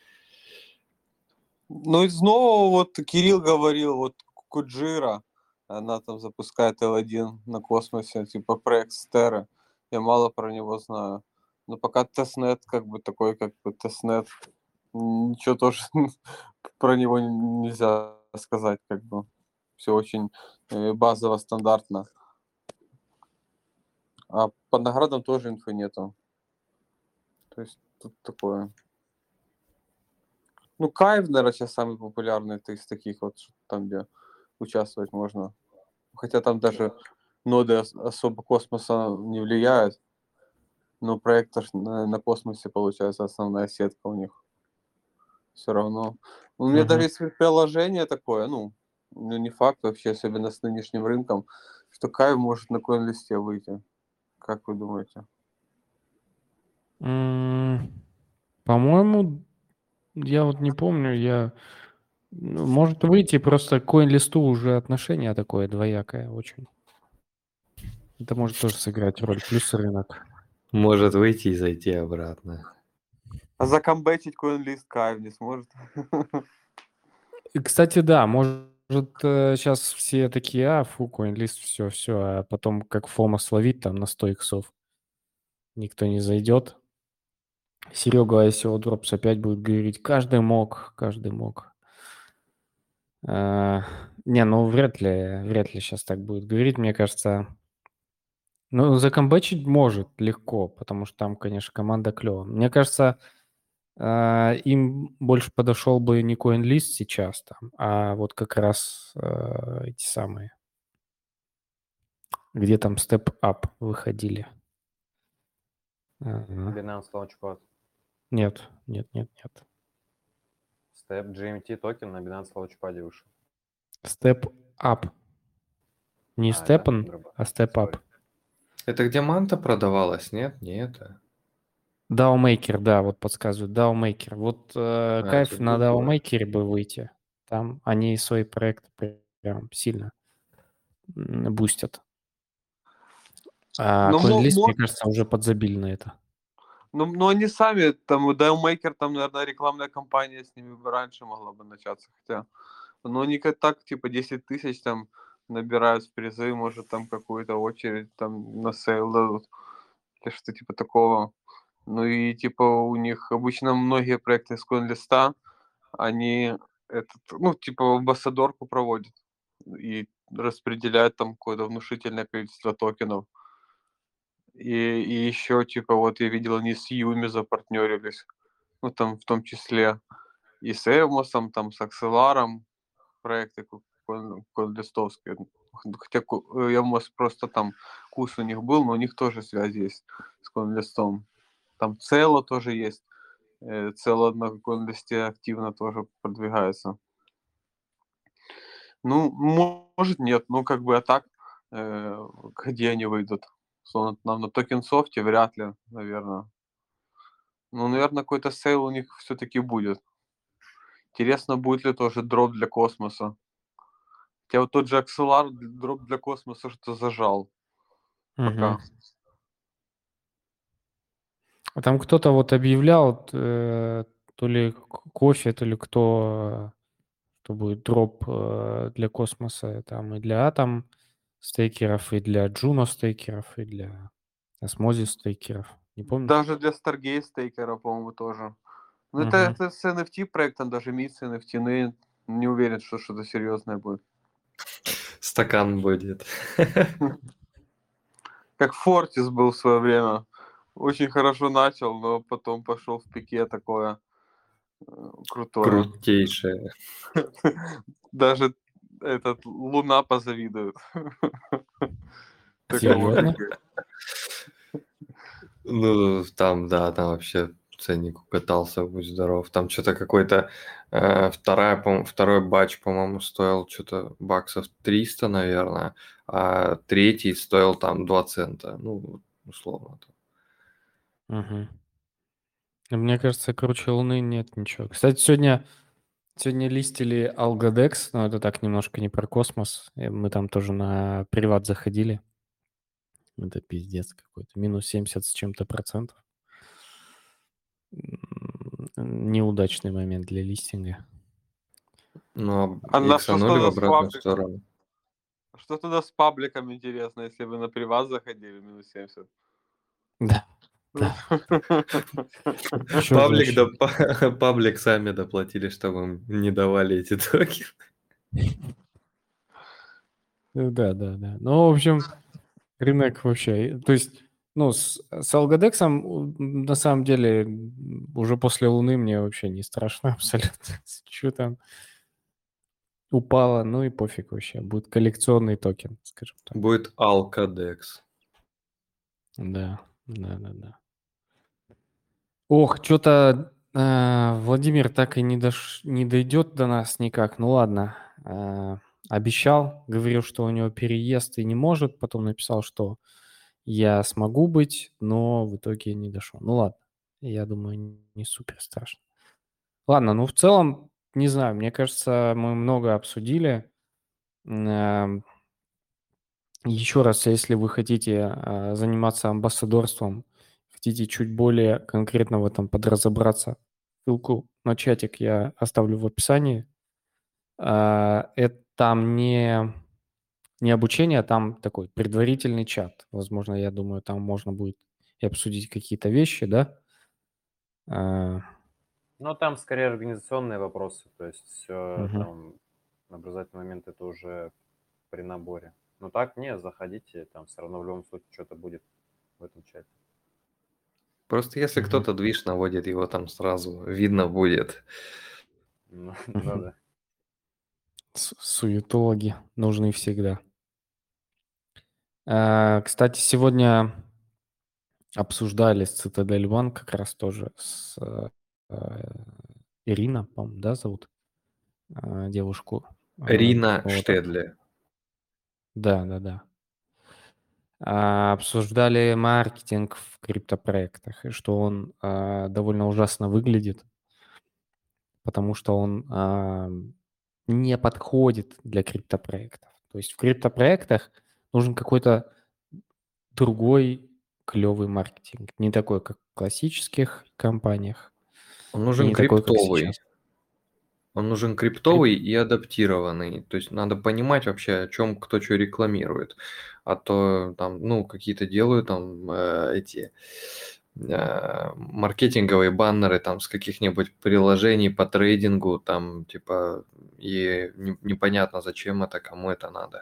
[SPEAKER 5] Ну, из нового вот Кирилл говорил, вот Куджира, она там запускает эл один на космосе, типа проект Стера. Я мало про него знаю. Но пока тестнет, как бы такой, как бы тестнет, ничего тоже про него нельзя сказать, как бы. Все очень э, базово, стандартно. А по наградам тоже инфы нету. То есть тут такое. Ну, Кайв, наверное, сейчас самый популярный из таких вот, там, где участвовать можно. Хотя там даже ноды особо космоса не влияют, но проектор на, на космосе, получается, основная сетка у них все равно. У меня даже
[SPEAKER 1] Мгм.
[SPEAKER 5] есть приложение такое, ну, ну, не факт вообще, особенно с нынешним рынком, что Кайв может на коин-листе выйти. Как вы думаете?
[SPEAKER 1] М, По-моему, я вот не помню, я... ну, может выйти, просто к коин-листу уже отношение такое двоякое очень. Это может тоже сыграть роль. Плюс рынок.
[SPEAKER 4] Может выйти и зайти обратно.
[SPEAKER 5] А закомбечить коин-лист Кайв не сможет?
[SPEAKER 1] И, кстати, да, может сейчас все такие, а, фу, CoinList, все, все, а потом как фома словит там на сто иксов. Никто не зайдет. Серега ай си о Drops опять будет говорить, каждый мог, каждый мог. А, не, ну вряд ли, вряд ли сейчас так будет говорить, мне кажется. Ну, закомбачить может легко, потому что там, конечно, команда клевая. Мне кажется, а, им больше подошел бы не CoinList сейчас там, а вот как раз а, эти самые, где там Step Up выходили. Ага.
[SPEAKER 3] Binance Launchpad.
[SPEAKER 1] Нет, нет, нет, нет.
[SPEAKER 3] Step джи эм ти токен на Binance Launchpad вышел.
[SPEAKER 1] Step Up. Не
[SPEAKER 3] А, да?
[SPEAKER 1] Step'n,
[SPEAKER 3] Другой.
[SPEAKER 1] а Step Up.
[SPEAKER 3] Sorry.
[SPEAKER 4] Это где манта продавалась? Нет, не это.
[SPEAKER 1] DAO-мейкер, да, вот подсказывают. DAO-мейкер. Вот э,
[SPEAKER 4] А,
[SPEAKER 1] кайф
[SPEAKER 4] это
[SPEAKER 1] на
[SPEAKER 4] другое.
[SPEAKER 1] DAO-мейкере бы выйти. Там они свои проекты прям сильно м, бустят. А
[SPEAKER 5] Ну, мо-
[SPEAKER 1] CoinList,
[SPEAKER 5] мо-
[SPEAKER 1] мне кажется, уже подзабили на это.
[SPEAKER 5] ну, ну, они сами, там, Daymaker, там, наверное, рекламная кампания с ними бы раньше могла бы начаться, хотя, ну, они как так, типа, десять тысяч там набирают в призы, может, там какую-то очередь там на сейл дадут, или что типа такого. Ну, и, типа, у них обычно многие проекты с CoinList, они, этот, ну, типа, амбассадорку проводят и распределяют там какое-то внушительное количество токенов. И, и еще, типа, вот я видел, они с Юми запартнерились. Ну, там в том числе и с Эвмосом, там, с Акселаром проекты коинлистовские. Хотя Эвмос просто там курс у них был, но у них тоже связь есть с коинлистом. Там Цело тоже есть. Цело на коинлисте активно тоже продвигается. Ну, может, нет. Ну, как бы, а так, э, где они выйдут? Словно нам на токенсофте вряд ли, наверное. Ну, наверное, какой-то сейл у них все-таки будет. Интересно, будет ли тоже дроп для космоса. Хотя вот тот же Акселар дроп для космоса что зажал пока.
[SPEAKER 1] Мгм. А там кто-то вот объявлял, э, то ли к- кофе, то ли кто, э, что будет дроп э, для космоса, там и для Атом стейкеров, и для Juno стейкеров, и для Osmosis стейкеров. Не помнишь?
[SPEAKER 5] Даже для Stargate стейкера, по-моему, тоже. Ну, это,
[SPEAKER 1] Мгм.
[SPEAKER 5] это с эн эф ти проектом, даже мид с эн эф ти, ну, не уверен, что что-то серьезное будет.
[SPEAKER 4] Стакан будет.
[SPEAKER 5] Как Фортис был в свое время. Очень хорошо начал, но потом пошел в пике такое э, крутое.
[SPEAKER 4] Крутейшее.
[SPEAKER 5] Даже этот Луна позавидует. Такому
[SPEAKER 1] Серьезно?
[SPEAKER 5] пике.
[SPEAKER 4] Ну, там, да, там вообще ценник укатался, будь здоров. Там что-то какой-то э, вторая, по второй батч, по-моему, стоил что-то баксов триста, наверное, а третий стоил там два цента. Ну, условно.
[SPEAKER 1] Мгм. Мне кажется, круче Луны нет ничего. Кстати, сегодня, сегодня листили Algodex, но это так немножко не про космос. И мы там тоже на приват заходили. Это пиздец какой-то. Минус семьдесят с чем-то процентов. М, Неудачный момент для листинга.
[SPEAKER 4] Ну,
[SPEAKER 5] А
[SPEAKER 4] а
[SPEAKER 5] на что
[SPEAKER 4] иксанули в
[SPEAKER 5] тогда с
[SPEAKER 4] обратную
[SPEAKER 5] пабликом?
[SPEAKER 4] сторону.
[SPEAKER 5] Что тогда с пабликом интересно, если вы на приват заходили минус семьдесят?
[SPEAKER 1] Да, да. Чё ж
[SPEAKER 4] Паблик, да,
[SPEAKER 1] вообще?
[SPEAKER 4] па- паблик сами доплатили, чтобы им не давали эти токены.
[SPEAKER 1] Ну да, да, да. Ну, в общем, рынок вообще... То есть, ну, с, с Algodex на самом деле м, уже после Луны мне вообще не страшно абсолютно. Что там упало, ну и пофиг вообще. Будет коллекционный токен, скажем так.
[SPEAKER 4] Будет Алкадекс.
[SPEAKER 1] Да, да, да, да. Ох, что-то Владимир так и не, дош... не дойдет до нас никак. Ну ладно. А, обещал, говорил, что у него переезд и не может. Потом написал, что я смогу быть, но в итоге не дошел. Ну ладно. Я думаю, не супер страшно. Ладно, ну в целом, не знаю, мне кажется, мы много обсудили. М, Еще раз, если вы хотите а, заниматься амбассадорством, хотите чуть более конкретно в этом подразобраться, ссылку на чатик я оставлю в описании. А, это там не, не обучение, а там такой предварительный чат. Возможно, я думаю, там можно будет и обсудить какие-то вещи, да? А,
[SPEAKER 3] Ну, там скорее организационные вопросы, то есть все
[SPEAKER 1] мгм.
[SPEAKER 3] там образовательный момент это уже при наборе. Ну так, не, заходите, там все равно в любом случае что-то будет в этом чате.
[SPEAKER 4] Просто если
[SPEAKER 1] Мгм.
[SPEAKER 4] кто-то движ наводит, его там сразу видно будет.
[SPEAKER 3] Ну, ну
[SPEAKER 1] Мгм.
[SPEAKER 3] да.
[SPEAKER 1] Су- Суетологи нужны всегда. А, Кстати, сегодня обсуждали с Citadel One как раз тоже с э, э, Ирина, по-моему, да, зовут а, девушку. А,
[SPEAKER 4] Рина
[SPEAKER 1] Вот.
[SPEAKER 4] Штедле.
[SPEAKER 1] Да, да, да. А, Обсуждали маркетинг в криптопроектах, и что он а, довольно ужасно выглядит, потому что он а, не подходит для криптопроектов. То есть в криптопроектах нужен какой-то другой клевый маркетинг. Не такой, как в классических компаниях,
[SPEAKER 4] Он
[SPEAKER 1] и
[SPEAKER 4] нужен
[SPEAKER 1] не такой, как
[SPEAKER 4] криптовый.
[SPEAKER 1] сейчас.
[SPEAKER 4] Он нужен
[SPEAKER 1] Крип-
[SPEAKER 4] криптовый и адаптированный. То есть надо понимать вообще, о чем кто что рекламирует. А то там, ну, какие-то делают там э, эти э, маркетинговые баннеры там с каких-нибудь приложений по трейдингу, там типа, и не- непонятно, зачем это, кому это надо.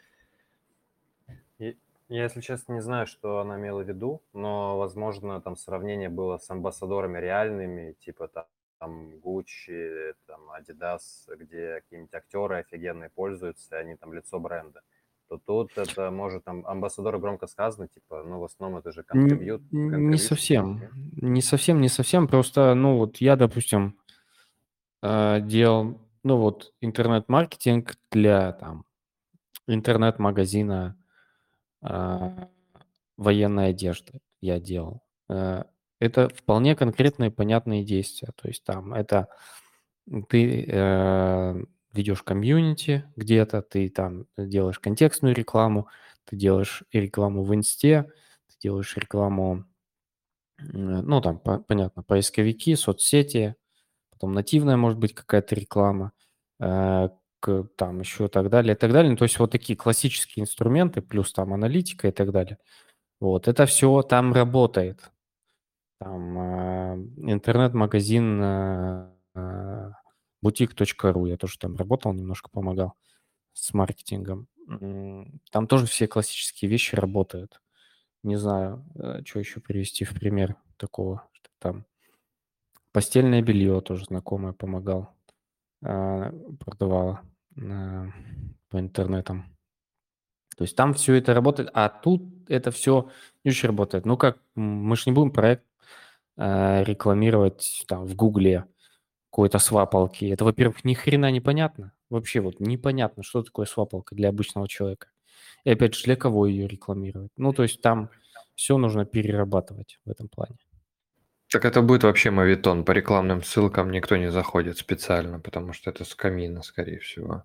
[SPEAKER 3] И я, если честно, не знаю, что она имела в виду, но, возможно, там сравнение было с амбассадорами реальными, типа там, там Gucci, там Adidas, где какие-нибудь актеры офигенные пользуются, и они там лицо бренда. То тут это, может, там амбассадоры громко сказано, типа, ну, в основном это же
[SPEAKER 1] Н-
[SPEAKER 3] контрибьют,
[SPEAKER 1] Не
[SPEAKER 3] контрибьюшн
[SPEAKER 1] совсем.
[SPEAKER 3] чуваки.
[SPEAKER 1] Не совсем, не совсем. Просто, ну, вот я, допустим, э, делал, ну, вот интернет-маркетинг для там интернет-магазина а, военной одежды я делал. Э, Это вполне конкретные понятные действия. То есть там это ты э, ведешь комьюнити где-то, ты там делаешь контекстную рекламу, ты делаешь и рекламу в инсте, ты делаешь рекламу, м, ну там, по- понятно, поисковики, соцсети, потом нативная может быть какая-то реклама, э, к- там еще так далее, и так далее. Ну, то есть вот такие классические инструменты, плюс там аналитика и так далее. Вот, это все там работает. Там а, интернет-магазин а, а, бутик точка ру, я тоже там работал, немножко помогал с маркетингом. М, Там тоже все классические вещи работают. Не знаю, что еще привести в пример такого, что там постельное белье тоже знакомая помогал, а, продавала а, по интернетам. То есть там все это работает, а тут это все не очень работает. Ну как, м, мы же не будем проект а, рекламировать там в Гугле какой-то свапалки. Это, во-первых, ни хрена непонятно. Вообще вот непонятно, что такое свапалка для обычного человека. И опять же, для кого ее рекламировать? Ну, то есть там все нужно перерабатывать в этом плане.
[SPEAKER 4] Так это будет вообще моветон. По рекламным ссылкам никто не заходит специально, потому что это с камина, скорее всего.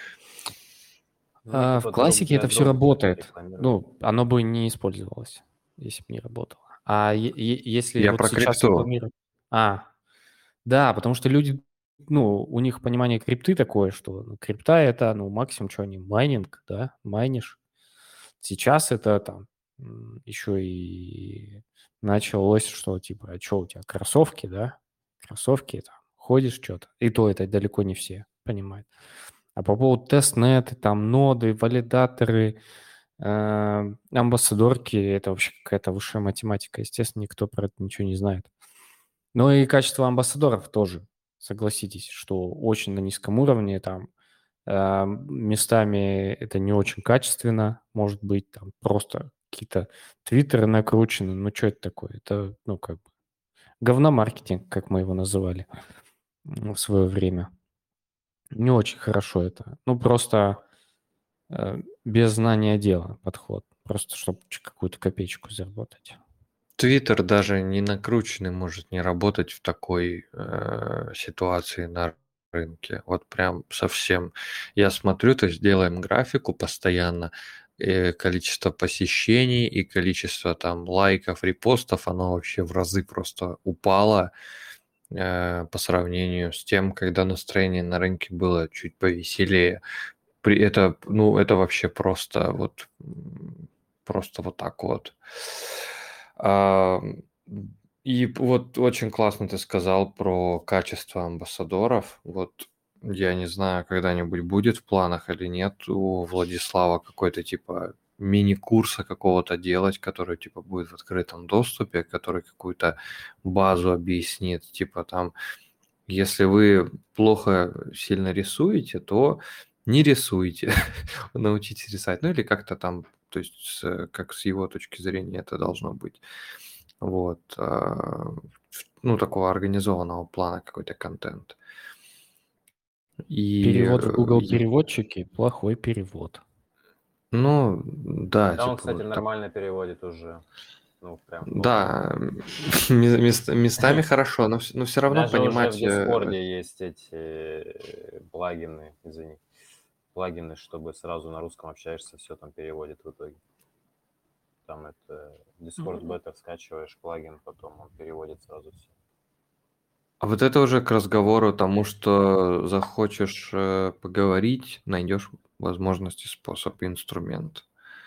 [SPEAKER 3] Ну,
[SPEAKER 1] А в
[SPEAKER 3] типа друг
[SPEAKER 1] классике
[SPEAKER 3] для
[SPEAKER 1] это все
[SPEAKER 3] друга кто-то
[SPEAKER 1] работает.
[SPEAKER 3] рекламирует.
[SPEAKER 1] Ну, оно бы не использовалось, если бы не работало. А е- е- если
[SPEAKER 4] Я
[SPEAKER 1] вот
[SPEAKER 4] про
[SPEAKER 1] сейчас
[SPEAKER 4] крипту.
[SPEAKER 1] рекламировать... А, да, потому что люди, ну, у них понимание крипты такое, что ну, крипта это, ну, максимум, что они, майнинг, да, майнишь. Сейчас это там м, еще и началось, что типа, а что у тебя, кроссовки, да? Кроссовки, там, ходишь что-то. И то это далеко не все понимают. А по поводу тестнеты, там, ноды, валидаторы, э, амбассадорки, это вообще какая-то высшая математика. Естественно, никто про это ничего не знает. Но и качество амбассадоров тоже, согласитесь, что очень на низком уровне, там, а, местами это не очень качественно, может быть, там просто какие-то твиттеры накручены. Ну, что это такое? Это, ну, как бы говномаркетинг, как мы его называли м, в свое время. Не очень хорошо это. Ну, просто э, без знания дела подход. Просто чтобы какую-то копеечку заработать.
[SPEAKER 4] Твиттер даже не накрученный может не работать в такой э, ситуации на рынке. Вот прям совсем. Я смотрю, то есть делаем графику постоянно, э, количество посещений и количество там лайков, репостов, оно вообще в разы просто упало. э, по сравнению с тем, когда настроение на рынке было чуть повеселее. При это, ну, это вообще просто вот, м, просто вот так вот. Ам, и вот очень классно ты сказал про качество амбассадоров. Вот я не знаю, когда-нибудь будет в планах или нет у Владислава какой-то типа мини-курса какого-то делать, который типа будет в открытом доступе, который какую-то базу объяснит, типа там, если вы плохо сильно рисуете, то не рисуйте, научитесь рисовать. Ну или как-то там, то есть с- как с его точки зрения это должно быть. Вот. а, в- Ну, такого организованного плана какой-то контент. И,
[SPEAKER 1] Перевод в
[SPEAKER 4] э,
[SPEAKER 1] Google
[SPEAKER 4] и-
[SPEAKER 1] переводчике – плохой перевод.
[SPEAKER 4] ну, да,
[SPEAKER 3] Да, он,
[SPEAKER 4] типа
[SPEAKER 3] кстати,
[SPEAKER 4] вот так.
[SPEAKER 3] нормально переводит уже. Ну, прям топово.
[SPEAKER 4] Да, ме- мест- местами хорошо, но, вс- но все равно
[SPEAKER 3] Даже уже в
[SPEAKER 4] понимать... э,
[SPEAKER 3] Дискорде есть эти э, плагины, извини, плагины, чтобы сразу на русском общаешься, все там переводит в итоге. Там это Discord Better скачиваешь плагин, потом он переводит сразу все.
[SPEAKER 4] А вот это уже к разговору тому, что захочешь э, поговорить, найдешь возможности, способ, инструмент.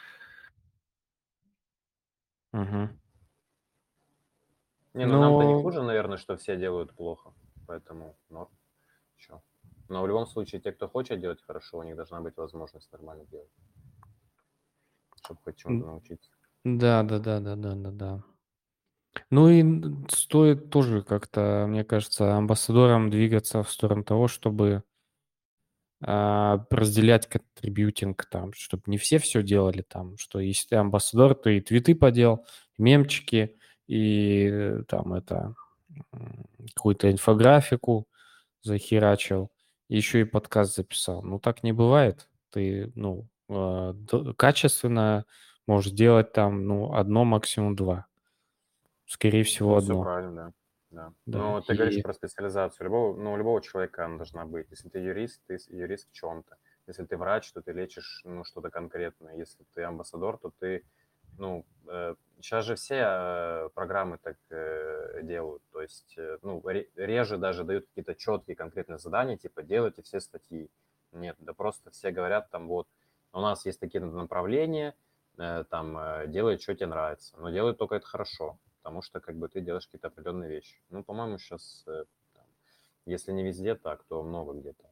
[SPEAKER 1] Мгм.
[SPEAKER 3] Не, ну нам-то не
[SPEAKER 1] Но
[SPEAKER 3] хуже, наверное, что все делают плохо, поэтому норм. Чё. Но в любом случае, те, кто хочет делать хорошо, у них должна быть возможность нормально делать, чтобы хоть чему-то
[SPEAKER 1] м,
[SPEAKER 3] научиться.
[SPEAKER 1] да, да, да, да, да, да, да. Ну и н- стоит тоже как-то, мне кажется, амбассадорам двигаться в сторону того, чтобы а, разделять контрибьютинг там, чтобы не все все делали там, что если ты амбассадор, то и твиты поделал, мемчики, и э, там это м, какую-то инфографику захерачил, еще и подкаст записал. Ну, так не бывает. Ты, ну, э, д- качественно можешь делать там, ну, одно, максимум два. Скорее всего,
[SPEAKER 3] Ну, все
[SPEAKER 1] одно.
[SPEAKER 3] правильно, да. Да.
[SPEAKER 1] Да.
[SPEAKER 3] Но ты говоришь
[SPEAKER 1] И
[SPEAKER 3] про специализацию. Любого, ну, у любого человека она должна быть. Если ты юрист, ты с- юрист в чем-то. Если ты врач, то ты лечишь, ну, что-то конкретное. Если ты амбассадор, то ты, ну, э, сейчас же все э, программы так э, делают. То есть, э, ну, ре- реже даже дают какие-то четкие конкретные задания, типа, делайте все статьи. Нет, да просто все говорят там, вот, у нас есть такие направления, э, там, э, делай, что тебе нравится. Но делай только это хорошо, потому что как бы ты делаешь какие-то определенные вещи. Ну, по-моему, сейчас, э, там, если не везде так, то много где-то.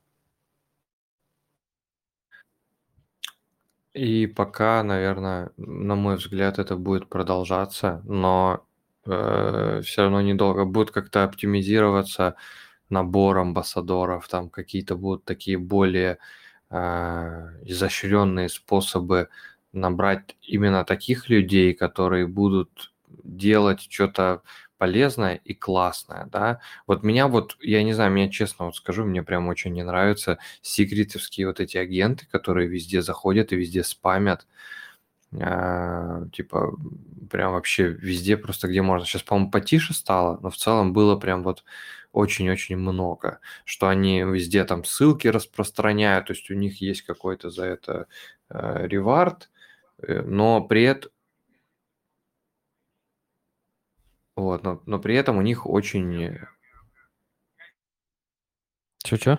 [SPEAKER 4] И пока, наверное, на мой взгляд, это будет продолжаться, но все равно недолго. Будет как-то оптимизироваться набор амбассадоров, там какие-то будут такие более а, изощренные способы набрать именно таких людей, которые будут делать что-то полезное и классное, да. Вот меня вот, я не знаю, меня честно вот скажу, мне прям очень не нравятся секретовские вот эти агенты, которые везде заходят и везде спамят. А, типа, прям вообще везде просто, где можно. Сейчас, по-моему, потише стало, но в целом было прям вот очень-очень много, что они везде там ссылки распространяют, то есть у них есть какой-то за это э, ревард, э, но при этом, вот, но, но при этом у них очень...
[SPEAKER 1] чё-чё?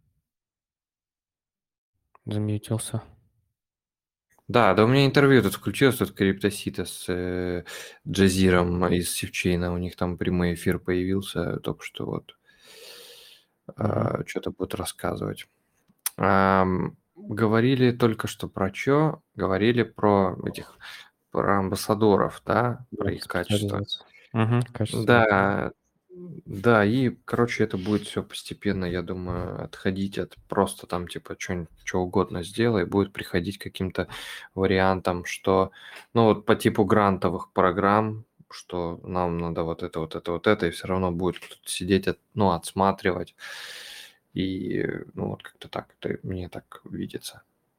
[SPEAKER 1] Замьютился.
[SPEAKER 4] Да, да у меня интервью тут включилось, тут Криптосита с э, Джазиром из Севчейна, у них там прямой эфир появился, только что вот
[SPEAKER 1] Мгм.
[SPEAKER 4] что-то будут рассказывать. Ам, говорили только что про чё? Говорили про этих, про амбассадоров, да,
[SPEAKER 1] Да,
[SPEAKER 4] про их качество.
[SPEAKER 1] специализация. Мгм. Качественно.
[SPEAKER 4] Да, да, и, короче, это будет все постепенно, я думаю, отходить от просто там, типа, чё чё угодно сделай, будет приходить к каким-то вариантам, что, ну, вот по типу грантовых программ, что нам надо вот это, вот это, вот это, и все равно будет кто-то сидеть, от, ну, отсматривать. И, ну, вот как-то так, это мне так видится.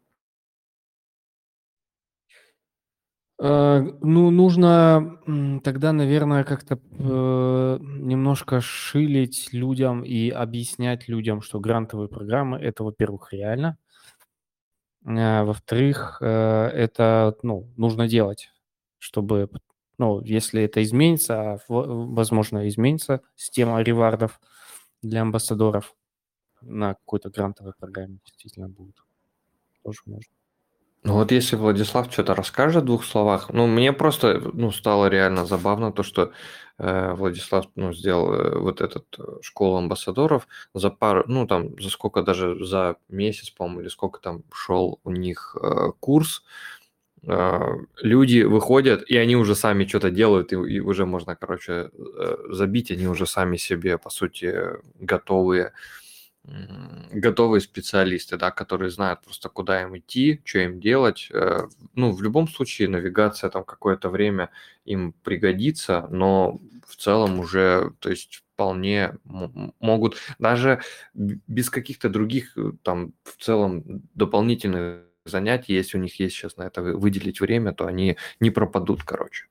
[SPEAKER 1] Э, ну, нужно, м, тогда, наверное, как-то, э, немножко шилить людям и объяснять людям, что грантовые программы — это, во-первых, реально, а во-вторых, э, это, ну, нужно делать, чтобы п Ну, если это изменится, а в- возможно, изменится система ревардов для амбассадоров на какой-то грантовой программе действительно будет. Тоже можно.
[SPEAKER 4] Ну вот если Владислав что-то расскажет в двух словах, ну мне просто ну, стало реально забавно то, что э, Владислав ну, сделал э, вот этот э, школу амбассадоров за пару, ну там за сколько даже за месяц, по-моему, или сколько там шел у них э, курс, э, люди выходят и они уже сами что-то делают и, и уже можно, короче, э, забить, они уже сами себе по сути готовые м, готовые специалисты, да, которые знают просто, куда им идти, что им делать. Э, Ну, в любом случае, навигация там какое-то время им пригодится, но в целом уже, то есть вполне м- могут, даже б- без каких-то других э, там в целом дополнительных занятий, если у них есть сейчас на это вы- выделить время, то они не пропадут, короче.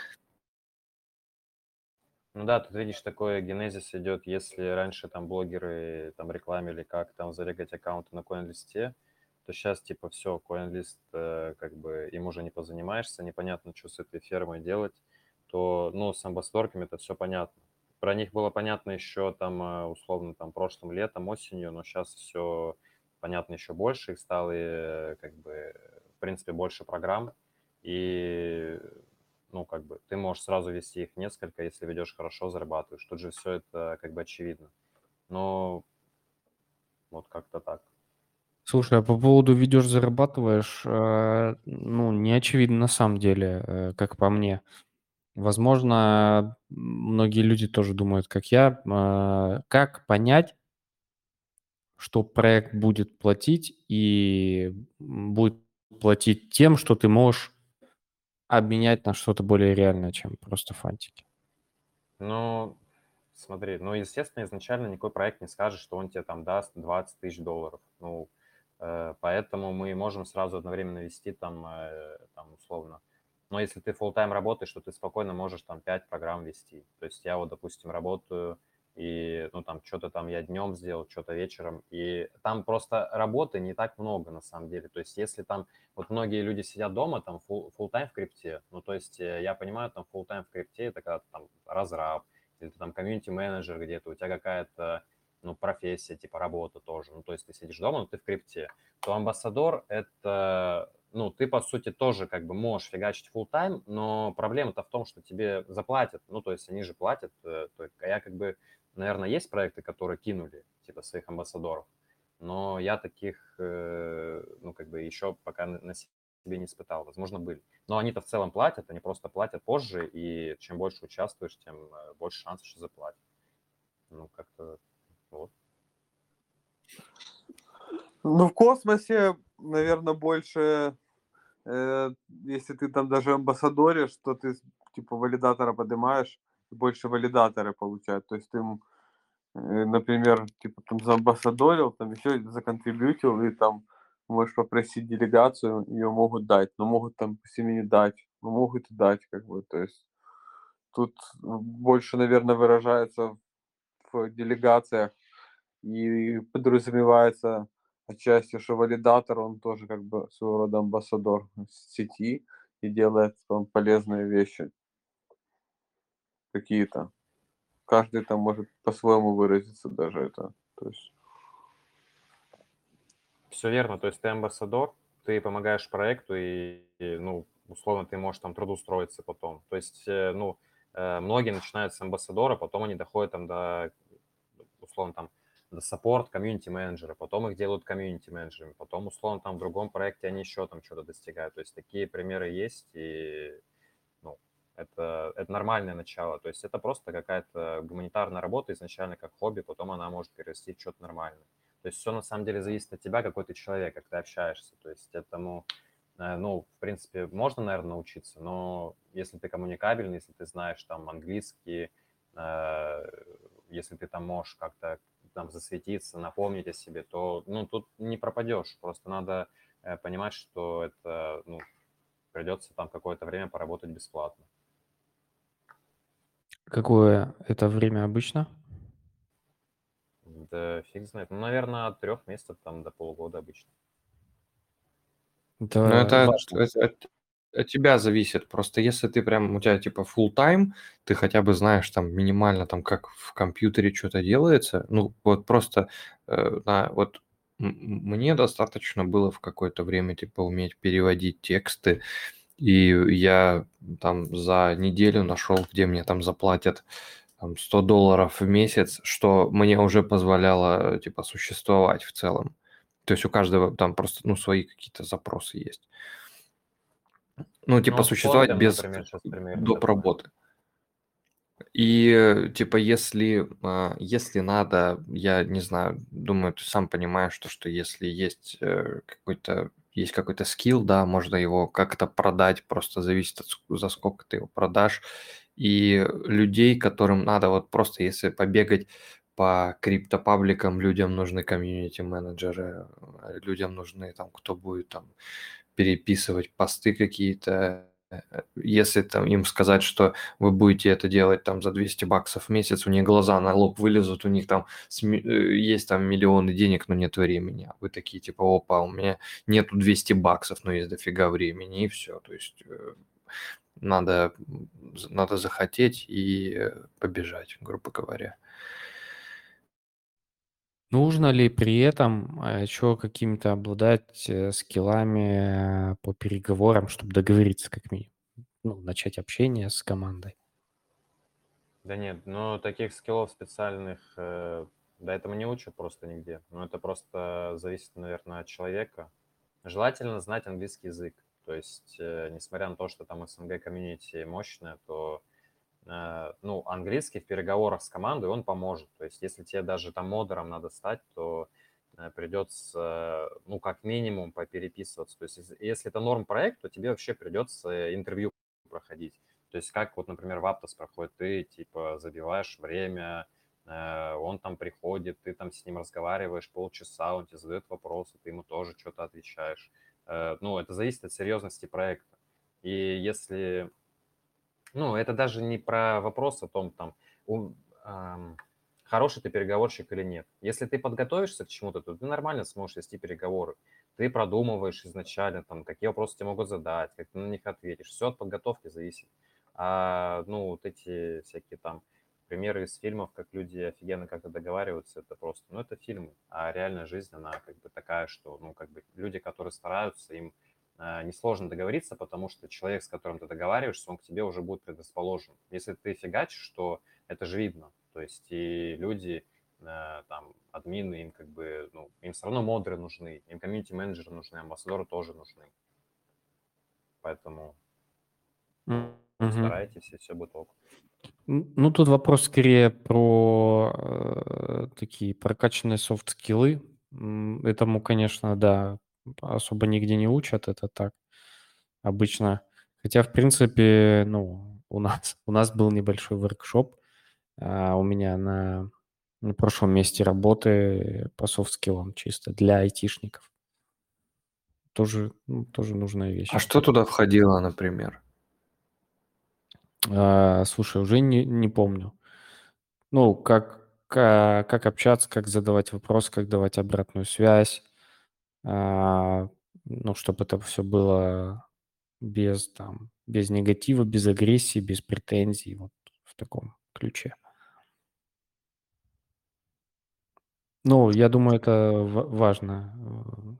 [SPEAKER 3] Ну да, тут видишь, такой генезис идет, если раньше там блогеры там рекламили, как там зарегать аккаунты на CoinList'е, то сейчас типа все, CoinList, э, как бы им уже не позанимаешься, непонятно, что с этой фермой делать, то, ну, с амбассадорками это все понятно. Про них было понятно еще там, э, условно, там прошлым летом, осенью, но сейчас все понятно еще больше, их стало, э, как бы, в принципе, больше программ, и ну, как бы, ты можешь сразу вести их несколько, если ведешь хорошо, зарабатываешь. Тут же все это как бы очевидно. Но вот как-то так.
[SPEAKER 1] Слушай, а по поводу ведешь, зарабатываешь, э, ну, не очевидно на самом деле, э, как по мне. Возможно, многие люди тоже думают, как я. э, Как понять, что проект будет платить и м, будет платить тем, что ты можешь обменять на что-то более реальное, чем просто фантики?
[SPEAKER 3] Ну, смотри, ну, естественно, изначально никакой проект не скажет, что он тебе там даст двадцать тысяч долларов. Ну, э, поэтому мы можем сразу одновременно вести там, э, там условно. Но если ты full-time работаешь, то ты спокойно можешь там пять программ вести. То есть я вот, допустим, работаю, и, ну, там, что-то там я днем сделал, что-то вечером, и там просто работы не так много, на самом деле. То есть если там, вот многие люди сидят дома, там, full, full-time в крипте, ну, то есть э, я понимаю, там, full-time в крипте, это когда ты там разраб, или ты там комьюнити-менеджер где-то, у тебя какая-то, ну, профессия, типа работа тоже, ну, то есть ты сидишь дома, но ты в крипте, то амбассадор – это, ну, ты, по сути, тоже как бы можешь фигачить full time, но проблема-то в том, что тебе заплатят, ну, то есть они же платят, э, то есть я как бы, наверное, есть проекты, которые кинули, типа, своих амбассадоров, но я таких, э, ну, как бы еще пока на на себе не испытал, возможно, были. Но они-то в целом платят, они просто платят позже, и чем больше участвуешь, тем э, больше шансов, что заплатят. Ну, как-то вот.
[SPEAKER 5] Ну, в космосе, наверное, больше, э, если ты там даже амбассадоришь, то ты типа валидатора поднимаешь, больше валидаторы получают. То есть ты, м, э, например, типа там заамбассадорил, там еще законтрибьютил, и там можешь попросить делегацию, ее могут дать, но могут там по семье не дать, но могут и дать, как бы, то есть тут больше, наверное, выражается в делегациях и подразумевается отчасти, что валидатор, он тоже как бы своего рода амбассадор сети и делает там полезные вещи какие-то. Каждый там может по-своему выразиться даже это. То есть,
[SPEAKER 3] Все верно, то есть ты амбассадор, ты помогаешь проекту, и, и, ну, условно, ты можешь там трудоустроиться потом. То есть, э, ну, э, многие начинают с амбассадора, потом они доходят там до, условно, там, до саппорт комьюнити-менеджера, потом их делают комьюнити-менеджерами, потом, условно, там в другом проекте они еще там что-то достигают. То есть такие примеры есть, и ну, это, это нормальное начало. То есть это просто какая-то гуманитарная работа изначально как хобби, потом она может перерасти в что-то нормальное. То есть все на самом деле зависит от тебя, какой ты человек, как ты общаешься. То есть этому, э, ну, в принципе, можно, наверное, научиться, но если ты коммуникабельный, если ты знаешь там английский, э, если ты там можешь как-то там засветиться, напомнить о себе, то, ну, тут не пропадешь. Просто надо э, понимать, что это, ну, придется там какое-то время поработать бесплатно.
[SPEAKER 1] Какое это время обычно?
[SPEAKER 3] Да фиг знает. Ну, наверное, от трех месяцев там до полугода обычно.
[SPEAKER 4] Ну
[SPEAKER 1] Это
[SPEAKER 4] это,
[SPEAKER 1] важно.
[SPEAKER 4] это, от тебя зависит. Просто если ты прям, у тебя типа full time, ты хотя бы знаешь там минимально там, как в компьютере что-то делается. Ну, вот просто э, на, вот м- м- мне достаточно было в какое-то время типа уметь переводить тексты, и я там за неделю нашел, где мне там заплатят там сто долларов в месяц, что мне уже позволяло типа существовать в целом. То есть у каждого там просто ну свои какие-то запросы есть. Ну,
[SPEAKER 3] Ну
[SPEAKER 4] типа
[SPEAKER 3] вот с
[SPEAKER 4] существовать
[SPEAKER 3] Postgre,
[SPEAKER 4] без
[SPEAKER 3] например, сейчас примерно
[SPEAKER 4] доп.
[SPEAKER 3] такое.
[SPEAKER 4] Работы. И э, типа если, а, если надо, я не знаю, думаю, ты сам понимаешь, что, что если есть э, какой-то есть какой-то скилл, да, можно его как-то продать, просто зависит от ск- за сколько ты его продашь. И людей, которым надо вот просто если побегать по криптопабликам, людям нужны комьюнити-менеджеры, э, людям нужны там, кто будет там переписывать посты какие-то. Э, Если там им сказать, что вы будете это делать там за двести баксов в месяц, у них глаза на лоб вылезут, у них там сме- э, есть там миллионы денег, но нет времени. А вы такие типа, опа, у меня нету двести баксов, но есть дофига времени, и все. То есть э, надо, м, з- надо захотеть и э, побежать, грубо говоря.
[SPEAKER 1] Нужно ли при этом еще какими-то обладать э, скиллами э, по переговорам, чтобы договориться как минимум? Ну, начать общение с командой.
[SPEAKER 3] Да нет, ну таких скиллов специальных э, до этого не учат просто нигде. Но это просто зависит, наверное, от человека. Желательно знать английский язык. То есть, э, несмотря на то, что там СНГ комьюнити мощное, то э, ну, английский в переговорах с командой, он поможет. То есть, если тебе даже там модером надо стать, то э, придется, э, ну, как минимум, попереписываться. То есть, если, если это норм проект, то тебе вообще придется интервью проходить. То есть, как вот, например, в Aptos проходит, ты, типа, забиваешь время, э, он там приходит, ты там с ним разговариваешь полчаса, он тебе задает вопросы, ты ему тоже что-то отвечаешь. Э, ну, это зависит от серьезности проекта. И если ну, это даже не про вопрос о том, там, у- ам, хороший ты переговорщик или нет. Если ты подготовишься к чему-то, то ты нормально сможешь вести переговоры. Ты продумываешь изначально, там, какие вопросы тебе могут задать, как ты на них ответишь. Все от подготовки зависит. А, ну, вот эти всякие там примеры из фильмов, как люди офигенно как-то договариваются, это просто, ну, это фильмы. А реальная жизнь, она как бы такая, что, ну, как бы люди, которые стараются, им а, несложно договориться, потому что человек, с которым ты договариваешься, он к тебе уже будет предрасположен. Если ты фигачишь, то это же видно. То есть и люди, э, там, админы, им как бы, ну, им все равно модеры нужны, им комьюнити-менеджеры нужны, амбассадоры тоже нужны. Поэтому, ну,
[SPEAKER 1] Мгм.
[SPEAKER 3] старайтесь, и все будет ок.
[SPEAKER 1] Н- Ну, тут вопрос скорее про э, такие прокачанные софт-скиллы. М, Этому, конечно, да, особо нигде не учат, это так обычно. Хотя, в принципе, ну, у нас, у нас был небольшой воркшоп а, у меня на, на прошлом месте работы по софт-скиллам чисто для айтишников. Тоже, ну, тоже нужная вещь,
[SPEAKER 4] А что
[SPEAKER 1] кстати.
[SPEAKER 4] туда входило, например?
[SPEAKER 1] А, слушай, уже не, не помню. Ну, как, ка- как общаться, как задавать вопросы, как давать обратную связь. А, ну, чтобы это все было без, там, без негатива, без агрессии, без претензий, вот в таком ключе. Ну, я думаю, это ва- важно. Э,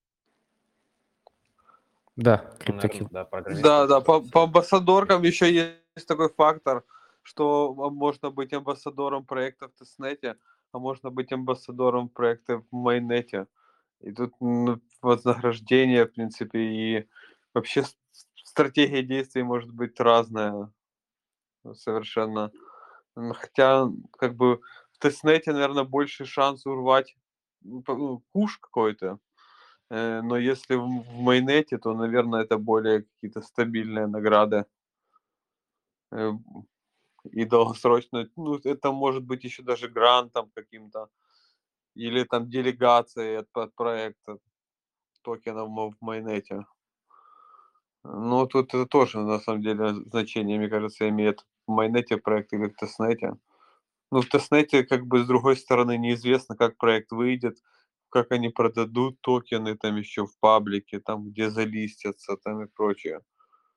[SPEAKER 1] Да,
[SPEAKER 3] Ну, наверное,
[SPEAKER 1] криптокилл.
[SPEAKER 3] да, программисты
[SPEAKER 5] Да,
[SPEAKER 3] еще
[SPEAKER 5] да, по,
[SPEAKER 3] тоже
[SPEAKER 5] по
[SPEAKER 3] сильно
[SPEAKER 5] амбассадоркам
[SPEAKER 3] важны.
[SPEAKER 5] еще есть такой фактор, что а, можно быть амбассадором проекта в тестнете, а можно быть амбассадором проекта в майнете. И тут ну, вознаграждение, в принципе, и вообще с- стратегия действий может быть разная совершенно. М, Хотя, как бы, в тестнете, наверное, больше шанс урвать ну, по- ну, куш какой-то. Э, Но если в в майнете, то, наверное, это более какие-то стабильные награды. Э, И долгосрочно, ну, это может быть еще даже грантом каким-то, или там делегацией от, от проекта токенов мо- в майнете. Ну, тут это тоже, на самом деле, значение, мне кажется, имеет в майнете проект или в тестнете. Ну, в тестнете, как бы, с другой стороны, неизвестно, как проект выйдет, как они продадут токены там еще в паблике, там, где залистятся, там и прочее.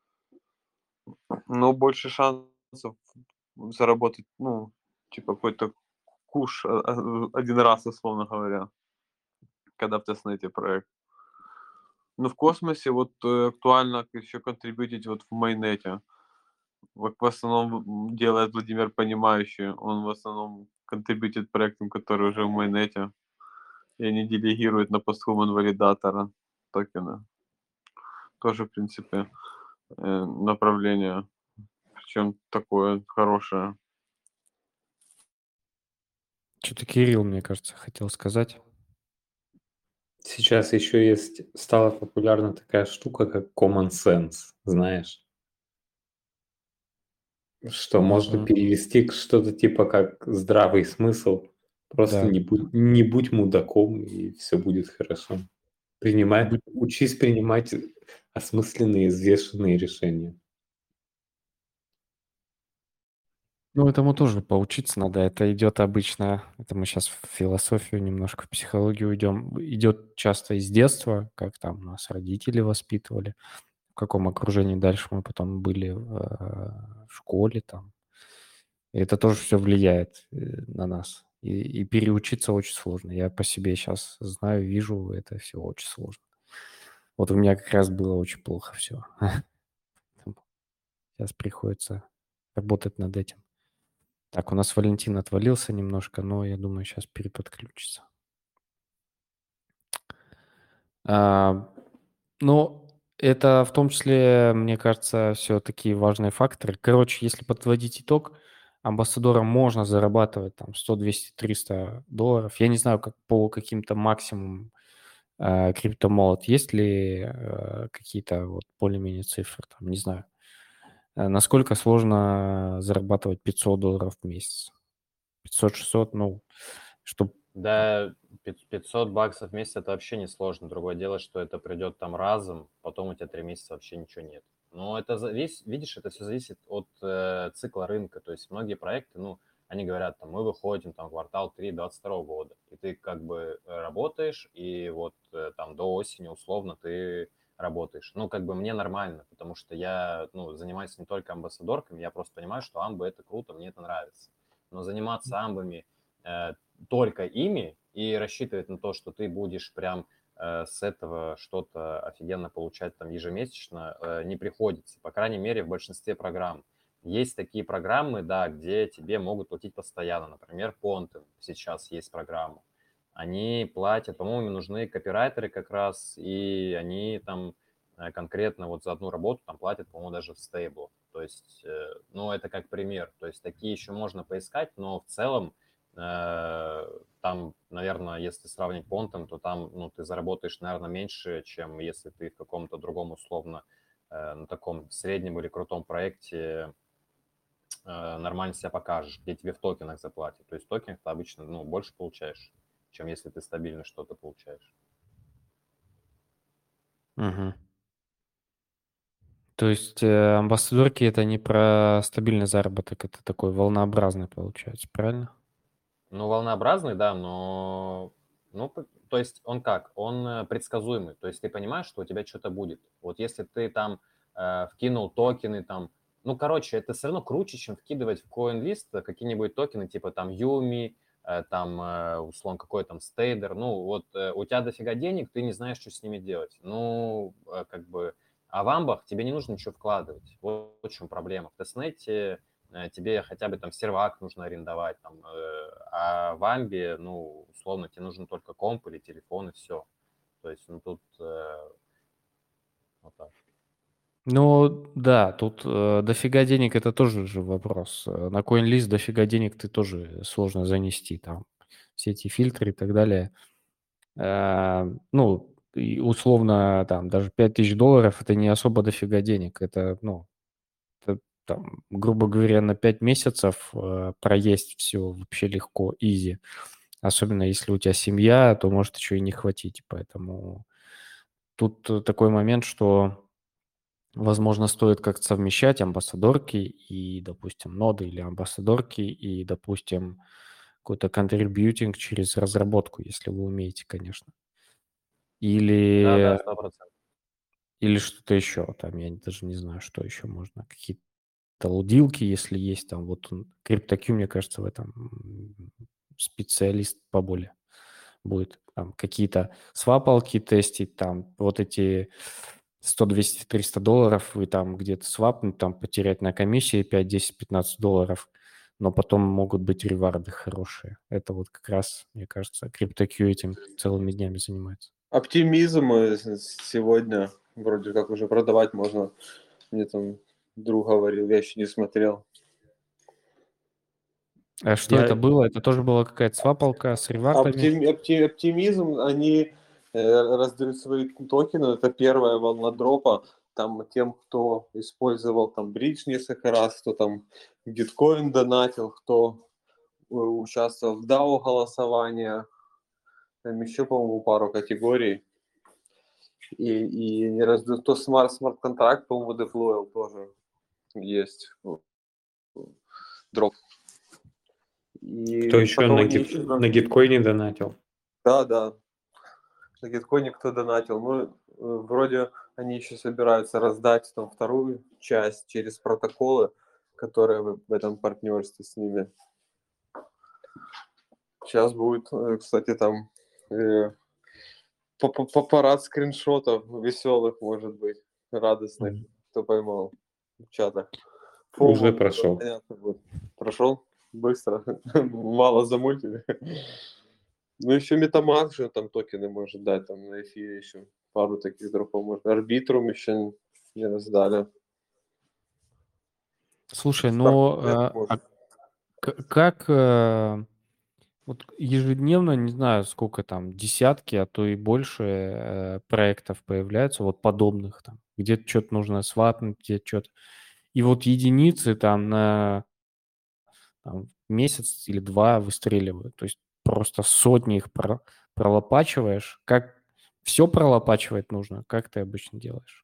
[SPEAKER 5] Ну, больше шансов заработать, ну, типа какой-то куш а, а, один раз, условно говоря, когда в тестнете проект. Ну, в космосе вот э, актуально еще контрибьютить вот в майнете. Вот в основном м, делает Владимир Понимающий. Он в основном контрибьютит проектам, которые уже в майнете. И они делегируют на постхуман валидатора токены. Тоже, в принципе, э, направление. Причем такое хорошее.
[SPEAKER 1] Что-то Кирилл, мне кажется, хотел сказать.
[SPEAKER 2] Сейчас еще есть, стала популярна такая штука, как common sense, знаешь, что можно
[SPEAKER 1] Мгм.
[SPEAKER 2] перевести к что-то типа как здравый смысл. Просто
[SPEAKER 1] Да.
[SPEAKER 2] не будь, не будь мудаком, и все будет хорошо. Принимай,
[SPEAKER 1] Будь-
[SPEAKER 2] учись принимать осмысленные, взвешенные решения.
[SPEAKER 1] Ну, этому тоже поучиться надо. Это идет обычно, это мы сейчас в философию немножко, в психологию идем. Идет часто из детства, как там нас родители воспитывали, в каком окружении дальше мы потом были в, э, в школе там. И это тоже все влияет э, на нас. И, и переучиться очень сложно. Я по себе сейчас знаю, вижу, это все очень сложно. Вот у меня как раз было очень плохо все. Сейчас приходится работать над этим. Так, у нас Валентин отвалился немножко, но я думаю, сейчас переподключится. А, ну, это в том числе, мне кажется, все такие важные факторы. Короче, если подводить итог, амбассадорам можно зарабатывать там сто, двести, триста долларов. Я не знаю, как по каким-то максимумам э, криптомолот. Есть ли э, какие-то вот более-менее цифры? Там, не знаю. Э, Насколько сложно зарабатывать пятьсот долларов в месяц? пятьсот-шестьсот, ну, чтобы...
[SPEAKER 3] Да, пят- пятьсот баксов в месяц это вообще не сложно. Другое дело, что это придет там разом, потом у тебя три месяца вообще ничего нет. Но это завис- видишь, это все зависит от э, цикла рынка. То есть многие проекты, ну, они говорят, там, мы выходим там в квартал три двадцать второго года, и ты как бы э, работаешь, и вот э, там до осени условно ты работаешь. Ну, как бы мне нормально, потому что я, ну, занимаюсь не только амбассадорками, я просто понимаю, что амбы это круто, мне это нравится. Но заниматься амбами э, только ими и рассчитывать на то, что ты будешь прям э, с этого что-то офигенно получать там ежемесячно, э, не приходится. По крайней мере, в большинстве программ. Есть такие программы, да, где тебе могут платить постоянно. Например, Ponten сейчас есть программа. Они платят, по-моему, им нужны копирайтеры как раз, и они там э, конкретно вот за одну работу там платят, по-моему, даже в стейблах. То есть, э, ну, это как пример. То есть такие еще можно поискать, но в целом Э, там, наверное, если сравнить понтом, то там, ну, ты заработаешь, наверное, меньше, чем если ты в каком-то другом, условно, э, на таком среднем или крутом проекте э, нормально себя покажешь, где тебе в токенах заплатят. То есть в токенах ты обычно, ну, больше получаешь, чем если ты стабильно что-то получаешь.
[SPEAKER 1] Мгм. То есть э, амбассадорки это не про стабильный заработок, это такой волнообразный получается, правильно?
[SPEAKER 3] Ну, волнообразный, да, но... Ну, п- то есть он как? Он э, предсказуемый. То есть ты понимаешь, что у тебя что-то будет. Вот если ты там э, вкинул токены, там... Ну, короче, это все равно круче, чем вкидывать в CoinList какие-нибудь токены, типа там Юми, э, там, э, условно, какой там стейдер. Ну, вот э, у тебя дофига денег, ты не знаешь, что с ними делать. Ну, э, как бы... А в амбах тебе не нужно ничего вкладывать. Вот в чем проблема. В тестнете э, тебе хотя бы там сервак нужно арендовать, там, э, а в Амбе, ну, условно, тебе нужен только комп или телефон и все. То есть, ну, тут э, вот так.
[SPEAKER 1] Ну, да, тут э, дофига денег это тоже же вопрос. Э, На CoinList дофига денег ты тоже сложно занести, там все эти фильтры и так далее. Э, ну, и условно, там, даже пять тысяч долларов это не особо дофига денег. Это, ну, это, там, грубо говоря, на пять месяцев э, проесть все вообще легко, изи. Особенно если у тебя семья, то может еще и не хватить. Поэтому тут э, такой момент, что, возможно, стоит как-то совмещать амбассадорки и, допустим, ноды или амбассадорки и, допустим, какой-то контрибьютинг через разработку, если вы умеете, конечно.
[SPEAKER 3] Да-да,
[SPEAKER 1] Или,
[SPEAKER 3] сто процентов.
[SPEAKER 1] Или что-то еще, там, я даже не знаю, что еще можно. Какие-то лудилки, если есть, там, вот он, CryptoQ, мне кажется, в этом м, специалист поболее будет. Там какие-то свапалки тестить, там, вот эти сто, двести, триста долларов вы там где-то свапнуть, там, потерять на комиссии пять, десять, пятнадцать долларов, но потом могут быть реварды хорошие. Это вот как раз, мне кажется, CryptoQ этим целыми днями занимается.
[SPEAKER 5] Оптимизм э, с- сегодня вроде как уже продавать можно. Мне там друг говорил, я еще не смотрел.
[SPEAKER 1] А что
[SPEAKER 2] Я-
[SPEAKER 1] это было? Это тоже была какая-то свапалка с ревардами?
[SPEAKER 5] Оптим- опти- оптимизм, они э, раздают свои токены, это первая волна дропа, там тем, кто использовал там бридж несколько раз, кто там биткоин донатил, кто э, участвовал в дао голосования, там еще, по-моему, пару категорий. И, и не раздают, кто смарт, смарт-контракт, по-моему, деплоил тоже есть ну, дроп. И
[SPEAKER 2] Кто еще
[SPEAKER 5] потом
[SPEAKER 2] на,
[SPEAKER 5] они
[SPEAKER 2] гит...
[SPEAKER 5] еще-
[SPEAKER 2] на гиткоине донатил?
[SPEAKER 5] Да, да. На гиткоине кто донатил. Ну, э, вроде они еще собираются раздать там вторую часть через протоколы, которые в в этом партнерстве с ними. Сейчас будет, э, кстати, там э, па- па- па- парад скриншотов веселых, может быть, радостных,
[SPEAKER 1] Мгм.
[SPEAKER 5] кто поймал в чатах.
[SPEAKER 2] Уже
[SPEAKER 5] Фомо,
[SPEAKER 2] прошел.
[SPEAKER 5] понятно будет. Прошел быстро, мало замультили. Ну, еще MetaMask же там токены может дать, там на эфире еще пару таких дропов может. Арбитрум еще не раздали.
[SPEAKER 1] Слушай,
[SPEAKER 5] Starknet
[SPEAKER 1] но а,
[SPEAKER 5] может.
[SPEAKER 1] а к- как э, вот ежедневно, не знаю, сколько там, десятки, а то и больше э, проектов появляются, вот подобных там, где-то что-то нужно свапнуть, где-то что-то. И вот единицы там на там, месяц или два выстреливают. То есть просто сотни их про- пролопачиваешь. Как все пролопачивать нужно? Как ты обычно делаешь?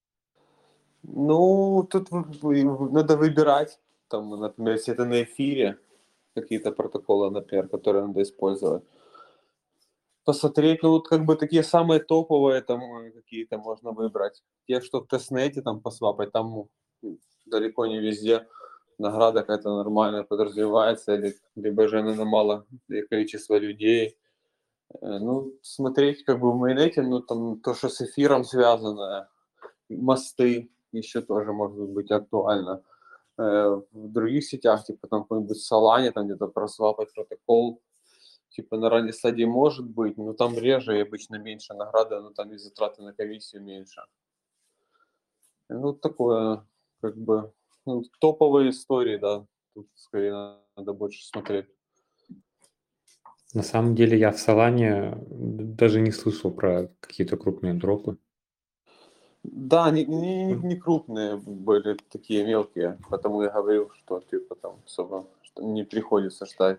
[SPEAKER 5] Ну, тут вы- вы- надо выбирать. Там, например, если это на эфире, какие-то протоколы, например, которые надо использовать. Посмотреть, ну, вот как бы такие самые топовые там э, какие-то можно выбрать. Те, что в тестнете там посвапать, там ну, далеко не везде награда какая-то нормальная подразумевается, или, либо же она на малое количество людей. Э, Ну, смотреть как бы в майонете, ну, там то, что с эфиром связано, мосты еще тоже может быть актуально. Э, В других сетях, типа там какой-нибудь Solana, там где-то просвапать протокол, типа на ранней стадии может быть, но там реже и обычно меньше награды, но там и затраты на комиссию меньше. Ну, такое, как бы, ну, топовые истории, да, тут скорее надо больше смотреть.
[SPEAKER 2] На самом деле я в Солане даже не слышал про какие-то крупные дропы.
[SPEAKER 5] Да, не, не, не- не крупные были, такие мелкие, потому я говорил, что типа там особо что не приходится ждать.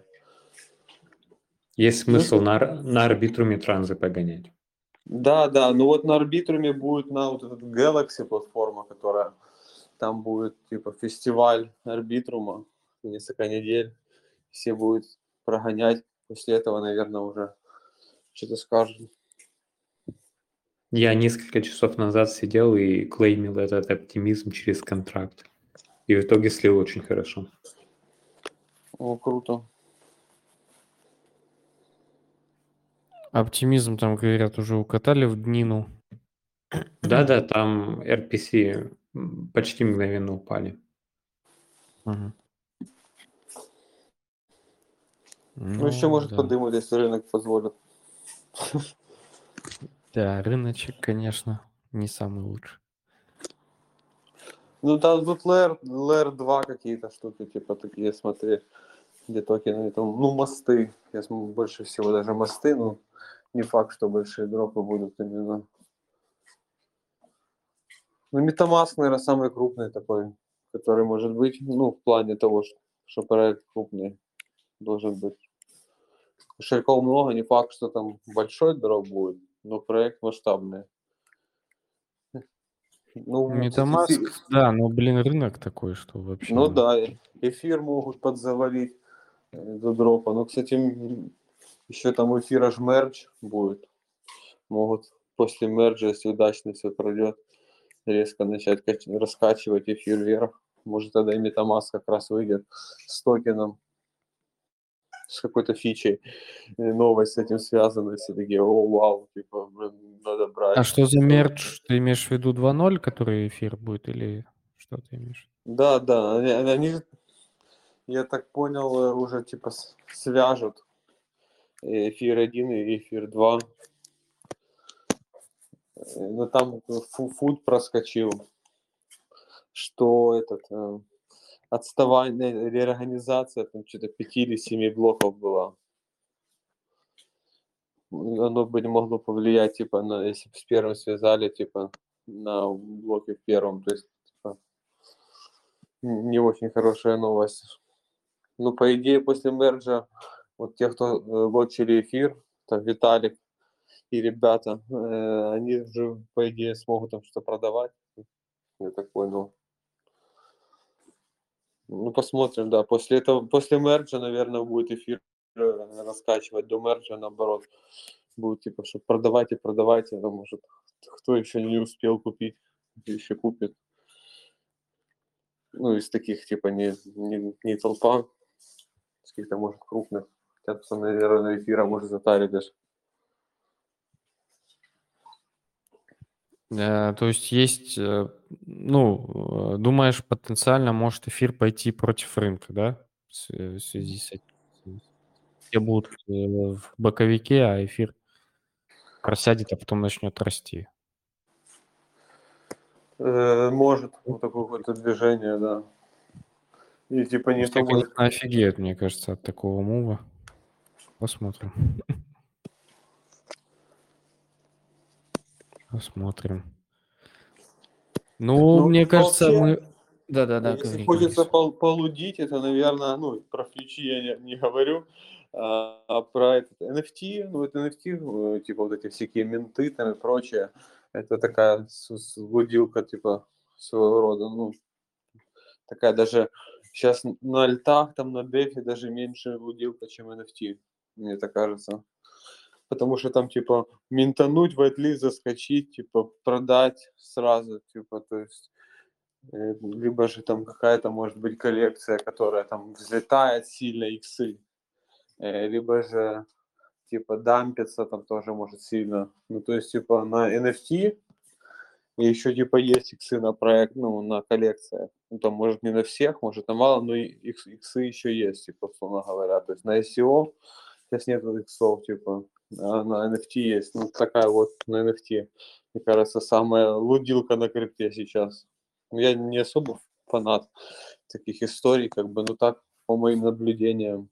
[SPEAKER 2] Есть
[SPEAKER 5] Ну,
[SPEAKER 2] смысл на, ар- на арбитруме транзы погонять.
[SPEAKER 5] Да, да, ну вот на арбитруме будет на вот этот Galaxy платформа, которая там будет типа фестиваль арбитрума несколько недель, все будут прогонять, после этого, наверное, уже что-то скажут.
[SPEAKER 2] Я несколько часов назад сидел и клеймил этот оптимизм через контракт. И в итоге слил очень хорошо.
[SPEAKER 5] О, круто.
[SPEAKER 1] Оптимизм там, говорят, уже укатали в днину.
[SPEAKER 2] Да-да, там эр пи си м, почти мгновенно упали.
[SPEAKER 1] Мгм.
[SPEAKER 5] Ну, еще
[SPEAKER 1] Ну,
[SPEAKER 5] может
[SPEAKER 1] да.
[SPEAKER 5] подымут, если рынок позволит.
[SPEAKER 1] Да, рыночек, конечно, не самый лучший.
[SPEAKER 5] Ну, там тут Layer, Layer два какие-то штуки, типа такие смотреть, где токены, там, ну, мосты. Я смотрю, больше всего даже мосты, но не факт, что большие дропы будут именно. Ну, MetaMask, наверное, самый крупный такой, который может быть, ну, в плане того, что, что проект крупный должен быть. Кошельков много, не факт, что там большой дроп будет, но проект масштабный. Ну, кстати,
[SPEAKER 1] MetaMask,
[SPEAKER 5] эфир-
[SPEAKER 1] да, но, блин, рынок такой, что вообще...
[SPEAKER 5] ну да, эфир могут подзавалить э, до дропа. Ну, кстати, м, еще там эфира ж мерч будет. Могут после мерджа, если удачно все пройдет, резко начать кач- раскачивать эфир вверх. Может, тогда и MetaMask как раз выйдет с токеном, с какой-то фичей, и новость с этим связана, все такие, о, вау, типа, блин, надо брать.
[SPEAKER 1] А что за мерч? Ты имеешь в виду два ноль, который эфир будет, или что ты имеешь?
[SPEAKER 5] Да, да, они, они же, я так понял, э, уже типа с- свяжут и эфир один и эфир два. Э, Но там фу- фуд проскочил, что этот э, отставание, реорганизация, там что-то пяти или семи блоков была. Оно бы не могло повлиять, типа, на, если бы с первым связали, типа, на блоке в первом. То есть, типа, н- не очень хорошая новость. Ну, по идее, после мерджа, вот те, кто э, лочили эфир, там Виталик и ребята, э, они же, по идее, смогут там что-то продавать. Я так понял. Ну, посмотрим, да. После этого, после мерджа, наверное, будет эфир э, раскачивать. До мерджа, наоборот, будет типа, что продавайте, продавайте, а может, кто еще не успел купить, еще купит. Ну, из таких, типа, не, не, не толпа, из каких-то, может, крупных. Хотя, наверное, эфира может затарить даже.
[SPEAKER 1] Э, То есть есть, э, ну, э, думаешь, потенциально может эфир пойти против рынка, да? В с- в связи с этим. Все будут э, в боковике, а эфир просядет, а потом начнет расти.
[SPEAKER 5] Э, может, вот такое какое-то движение, да. И типа
[SPEAKER 1] Ну,
[SPEAKER 5] никто
[SPEAKER 1] Все,
[SPEAKER 5] может...
[SPEAKER 1] конечно, офигеют, мне кажется, от такого мува. Посмотрим. Посмотрим. Ну,
[SPEAKER 5] Ну,
[SPEAKER 1] мне кажется,
[SPEAKER 5] вообще,
[SPEAKER 1] мы... Да-да-да,
[SPEAKER 5] если
[SPEAKER 1] говори, говори.
[SPEAKER 5] хочется пол- полудить, это, наверное, ну, про фьючи я не, не говорю, а, а про этот эн эф ти, ну, это эн эф ти, э, типа вот эти всякие менты там и прочее, это такая с- с- лудилка, типа, своего рода, ну, такая даже сейчас на альтах, там, на дефе даже меньше лудилка, чем эн эф ти, мне так кажется. Потому что там, типа, минтануть, вайтлист, заскочить, типа, продать сразу, типа, то есть Э, либо же там какая-то может быть коллекция, которая там взлетает сильно иксы, э, либо же типа дампится там тоже может сильно. Ну то есть типа на эн эф ти и еще типа есть иксы на проект, ну на коллекциях. Ну там может не на всех, может на мало, но и икс- иксы еще есть, типа условно говоря. То есть на эс и о сейчас нет иксов, типа, а на эн эф ти есть. Ну такая вот на эн эф ти, мне кажется, самая лудилка на крипте сейчас. Я не особо фанат таких историй, как бы, ну так, по моим наблюдениям.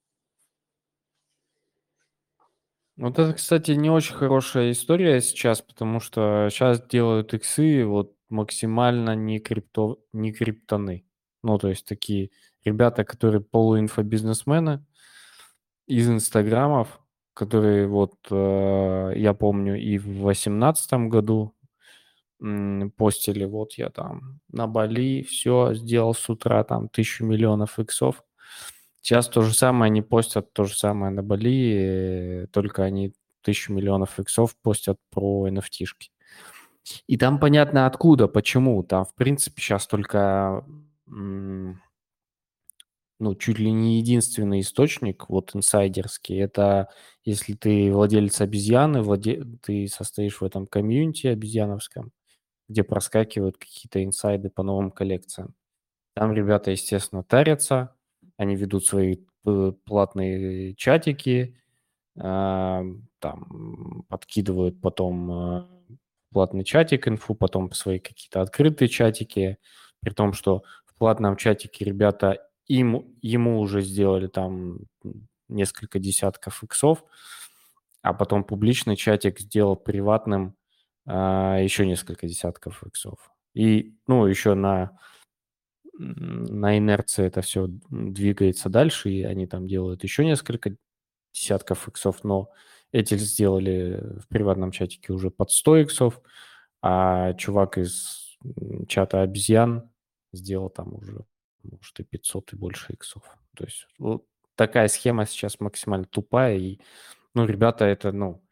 [SPEAKER 1] Вот это, кстати, не очень хорошая история сейчас, потому что сейчас делают иксы вот максимально не крипто, не криптоны. Ну, то есть такие ребята, которые полуинфобизнесмены из инстаграмов, которые вот, э, я помню, и в восемнадцатом году м, постили, вот я там на Бали, все, сделал с утра там тысячу миллионов иксов. Сейчас то же самое они постят, то же самое на Бали, э, только они тысячу миллионов иксов постят про эн эф ти-шки. И там понятно откуда, почему. Там, в принципе, сейчас только, м, ну, чуть ли не единственный источник, вот инсайдерский, это если ты владелец обезьяны, владе... ты состоишь в этом комьюнити обезьяновском, где проскакивают какие-то инсайды по новым коллекциям. Там ребята, естественно, тарятся, они ведут свои п- платные чатики, а, там подкидывают потом а, платный чатик инфу, потом свои какие-то открытые чатики, при том, что в платном чатике ребята им, ему уже сделали там несколько десятков иксов, а потом публичный чатик сделал приватным а, еще несколько десятков иксов. И, ну, еще на на инерции это все двигается дальше, и они там делают еще несколько десятков иксов, но эти сделали в приватном чатике уже под сто иксов, а чувак из м, чата обезьян сделал там уже, может, и пятьсот и больше иксов. То есть вот такая схема сейчас максимально тупая, и, ну, ребята это, ну,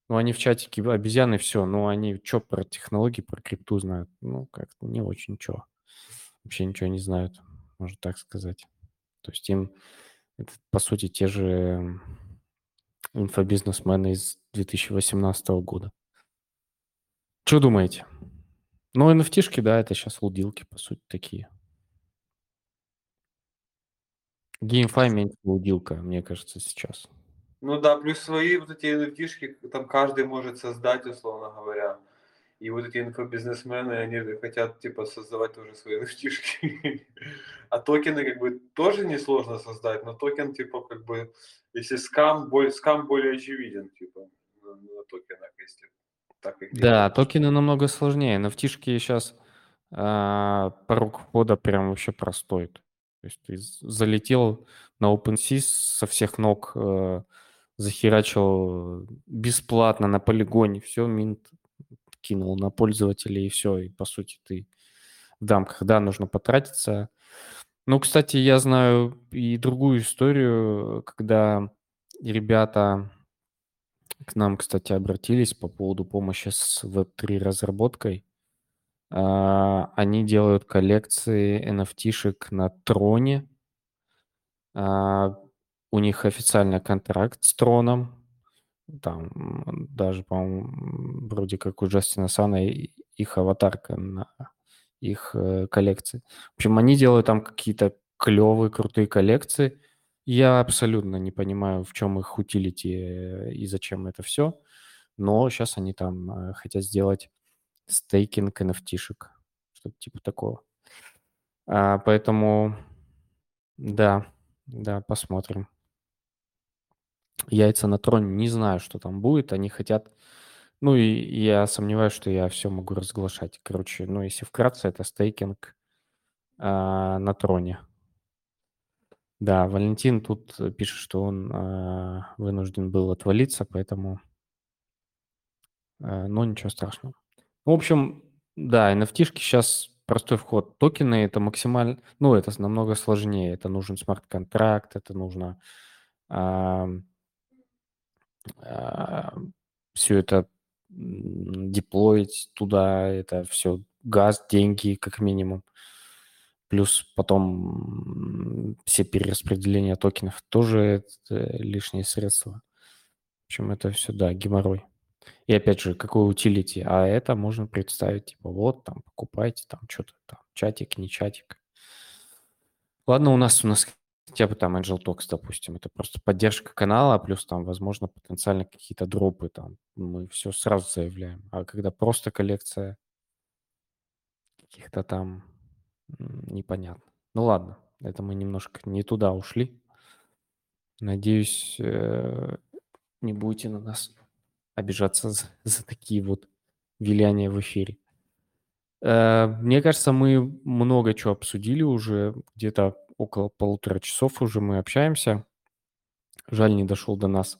[SPEAKER 1] Ну, они в чатике обезьяны, все. Ну, они что про технологии, про крипту знают? Ну, как-то не очень ничего. Вообще ничего не знают, можно так сказать. То есть им это, по сути, те же инфобизнесмены из две тысячи восемнадцатого года. Что думаете? Ну, эн эф ти-шки, да, это сейчас лудилки, по сути, такие. GameFi меньше лудилка, мне кажется, сейчас.
[SPEAKER 5] Ну да, плюс свои вот эти эн эф ти-шки, там каждый может создать, условно говоря. И вот эти инфобизнесмены, они хотят, типа, создавать тоже свои эн эф ти-шки. А токены, как бы, тоже несложно создать, но токен, типа, как бы, если скам, более, скам более очевиден, типа, на, на токенах, если так их
[SPEAKER 1] Да,
[SPEAKER 5] делать.
[SPEAKER 1] токены намного сложнее. эн эф ти-шки сейчас а, порог входа прям вообще простой. То есть ты з- залетел на OpenSea со всех ног, э, захерачил бесплатно на полигоне, все, минт кинул на пользователей, и все, и по сути ты в дамках. Да, нужно потратиться. Ну, кстати, я знаю и другую историю, когда ребята к нам, кстати, обратились по поводу помощи с веб три разработкой. А, Они делают коллекции эн эф ти-шек на Троне. А, У них официальный контракт с Троном. Там м, даже, по-моему, вроде как у Джастина Сана и- их аватарка на их э, коллекции. В общем, они делают там какие-то клевые, крутые коллекции. Я абсолютно не понимаю, в чем их утилити э, и зачем это все. Но сейчас они там э, хотят сделать стейкинг эн эф ти-шек. Что-то типа такого. А, поэтому, да, да, посмотрим. Яйца на троне, не знаю, что там будет. Они хотят... Ну, и я сомневаюсь, что я все могу разглашать. Короче, ну, если вкратце, это стейкинг а, на троне. Да, Валентин тут э, пишет, что он а, вынужден был отвалиться, поэтому... а, но ничего страшного. В общем, да, эн эф ти-шки сейчас простой вход. Токены это максимально... Ну, это намного сложнее. Это нужен смарт-контракт, это нужно... все это м, деплоить туда, это все газ, деньги как минимум. Плюс потом м, все перераспределения токенов тоже это лишние средства. В общем, это все, да, геморрой. И опять же, какой утилити? А это можно представить, типа, вот, там, покупайте, там, что-то там, чатик, не чатик. Ладно, у нас, у нас хотя бы там Angel Talks, допустим, это просто поддержка канала, плюс там, возможно, потенциально какие-то дропы там. Мы все сразу заявляем. А когда просто коллекция каких-то там м, непонятно. Ну ладно, это мы немножко не туда ушли. Надеюсь, э, не будете на нас обижаться за, за такие вот виляния в эфире. Э, Мне кажется, мы много чего обсудили уже, где-то около полутора часов уже мы общаемся. Жаль, не дошел до нас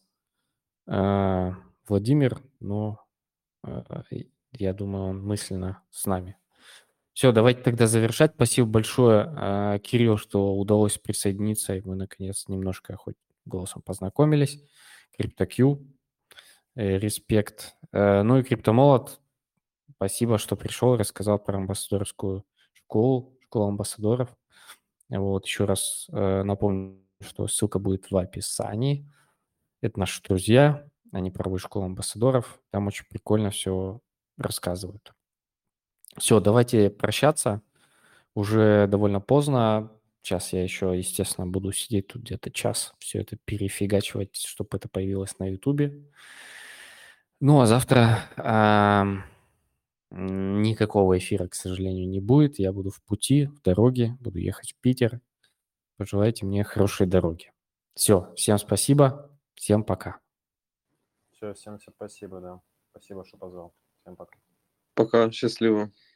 [SPEAKER 1] э, Владимир, но э, и- я думаю, он мысленно с нами. Все, давайте тогда завершать. Спасибо большое, э, Кирилл, что удалось присоединиться, и мы, наконец, немножко хоть голосом познакомились. CryptoQ, э, респект. Э, Ну и Криптомолот, спасибо, что пришел и рассказал про амбассадорскую школу, школу амбассадоров. Вот, еще раз э, напомню, что ссылка будет в описании. Это наши друзья, они проводят школу амбассадоров, там очень прикольно все рассказывают. Все, давайте прощаться. Уже довольно поздно. Сейчас я еще, естественно, буду сидеть тут где-то час, все это перефигачивать, чтобы это появилось на Ютубе. Ну, а завтра ам, м, никакого эфира, к сожалению, не будет. Я буду в пути, в дороге, буду ехать в Питер. Пожелайте мне хорошей дороги. Все, всем спасибо, всем пока.
[SPEAKER 3] Все, всем спасибо, да. Спасибо, что позвал. Всем пока.
[SPEAKER 5] Пока, счастливо.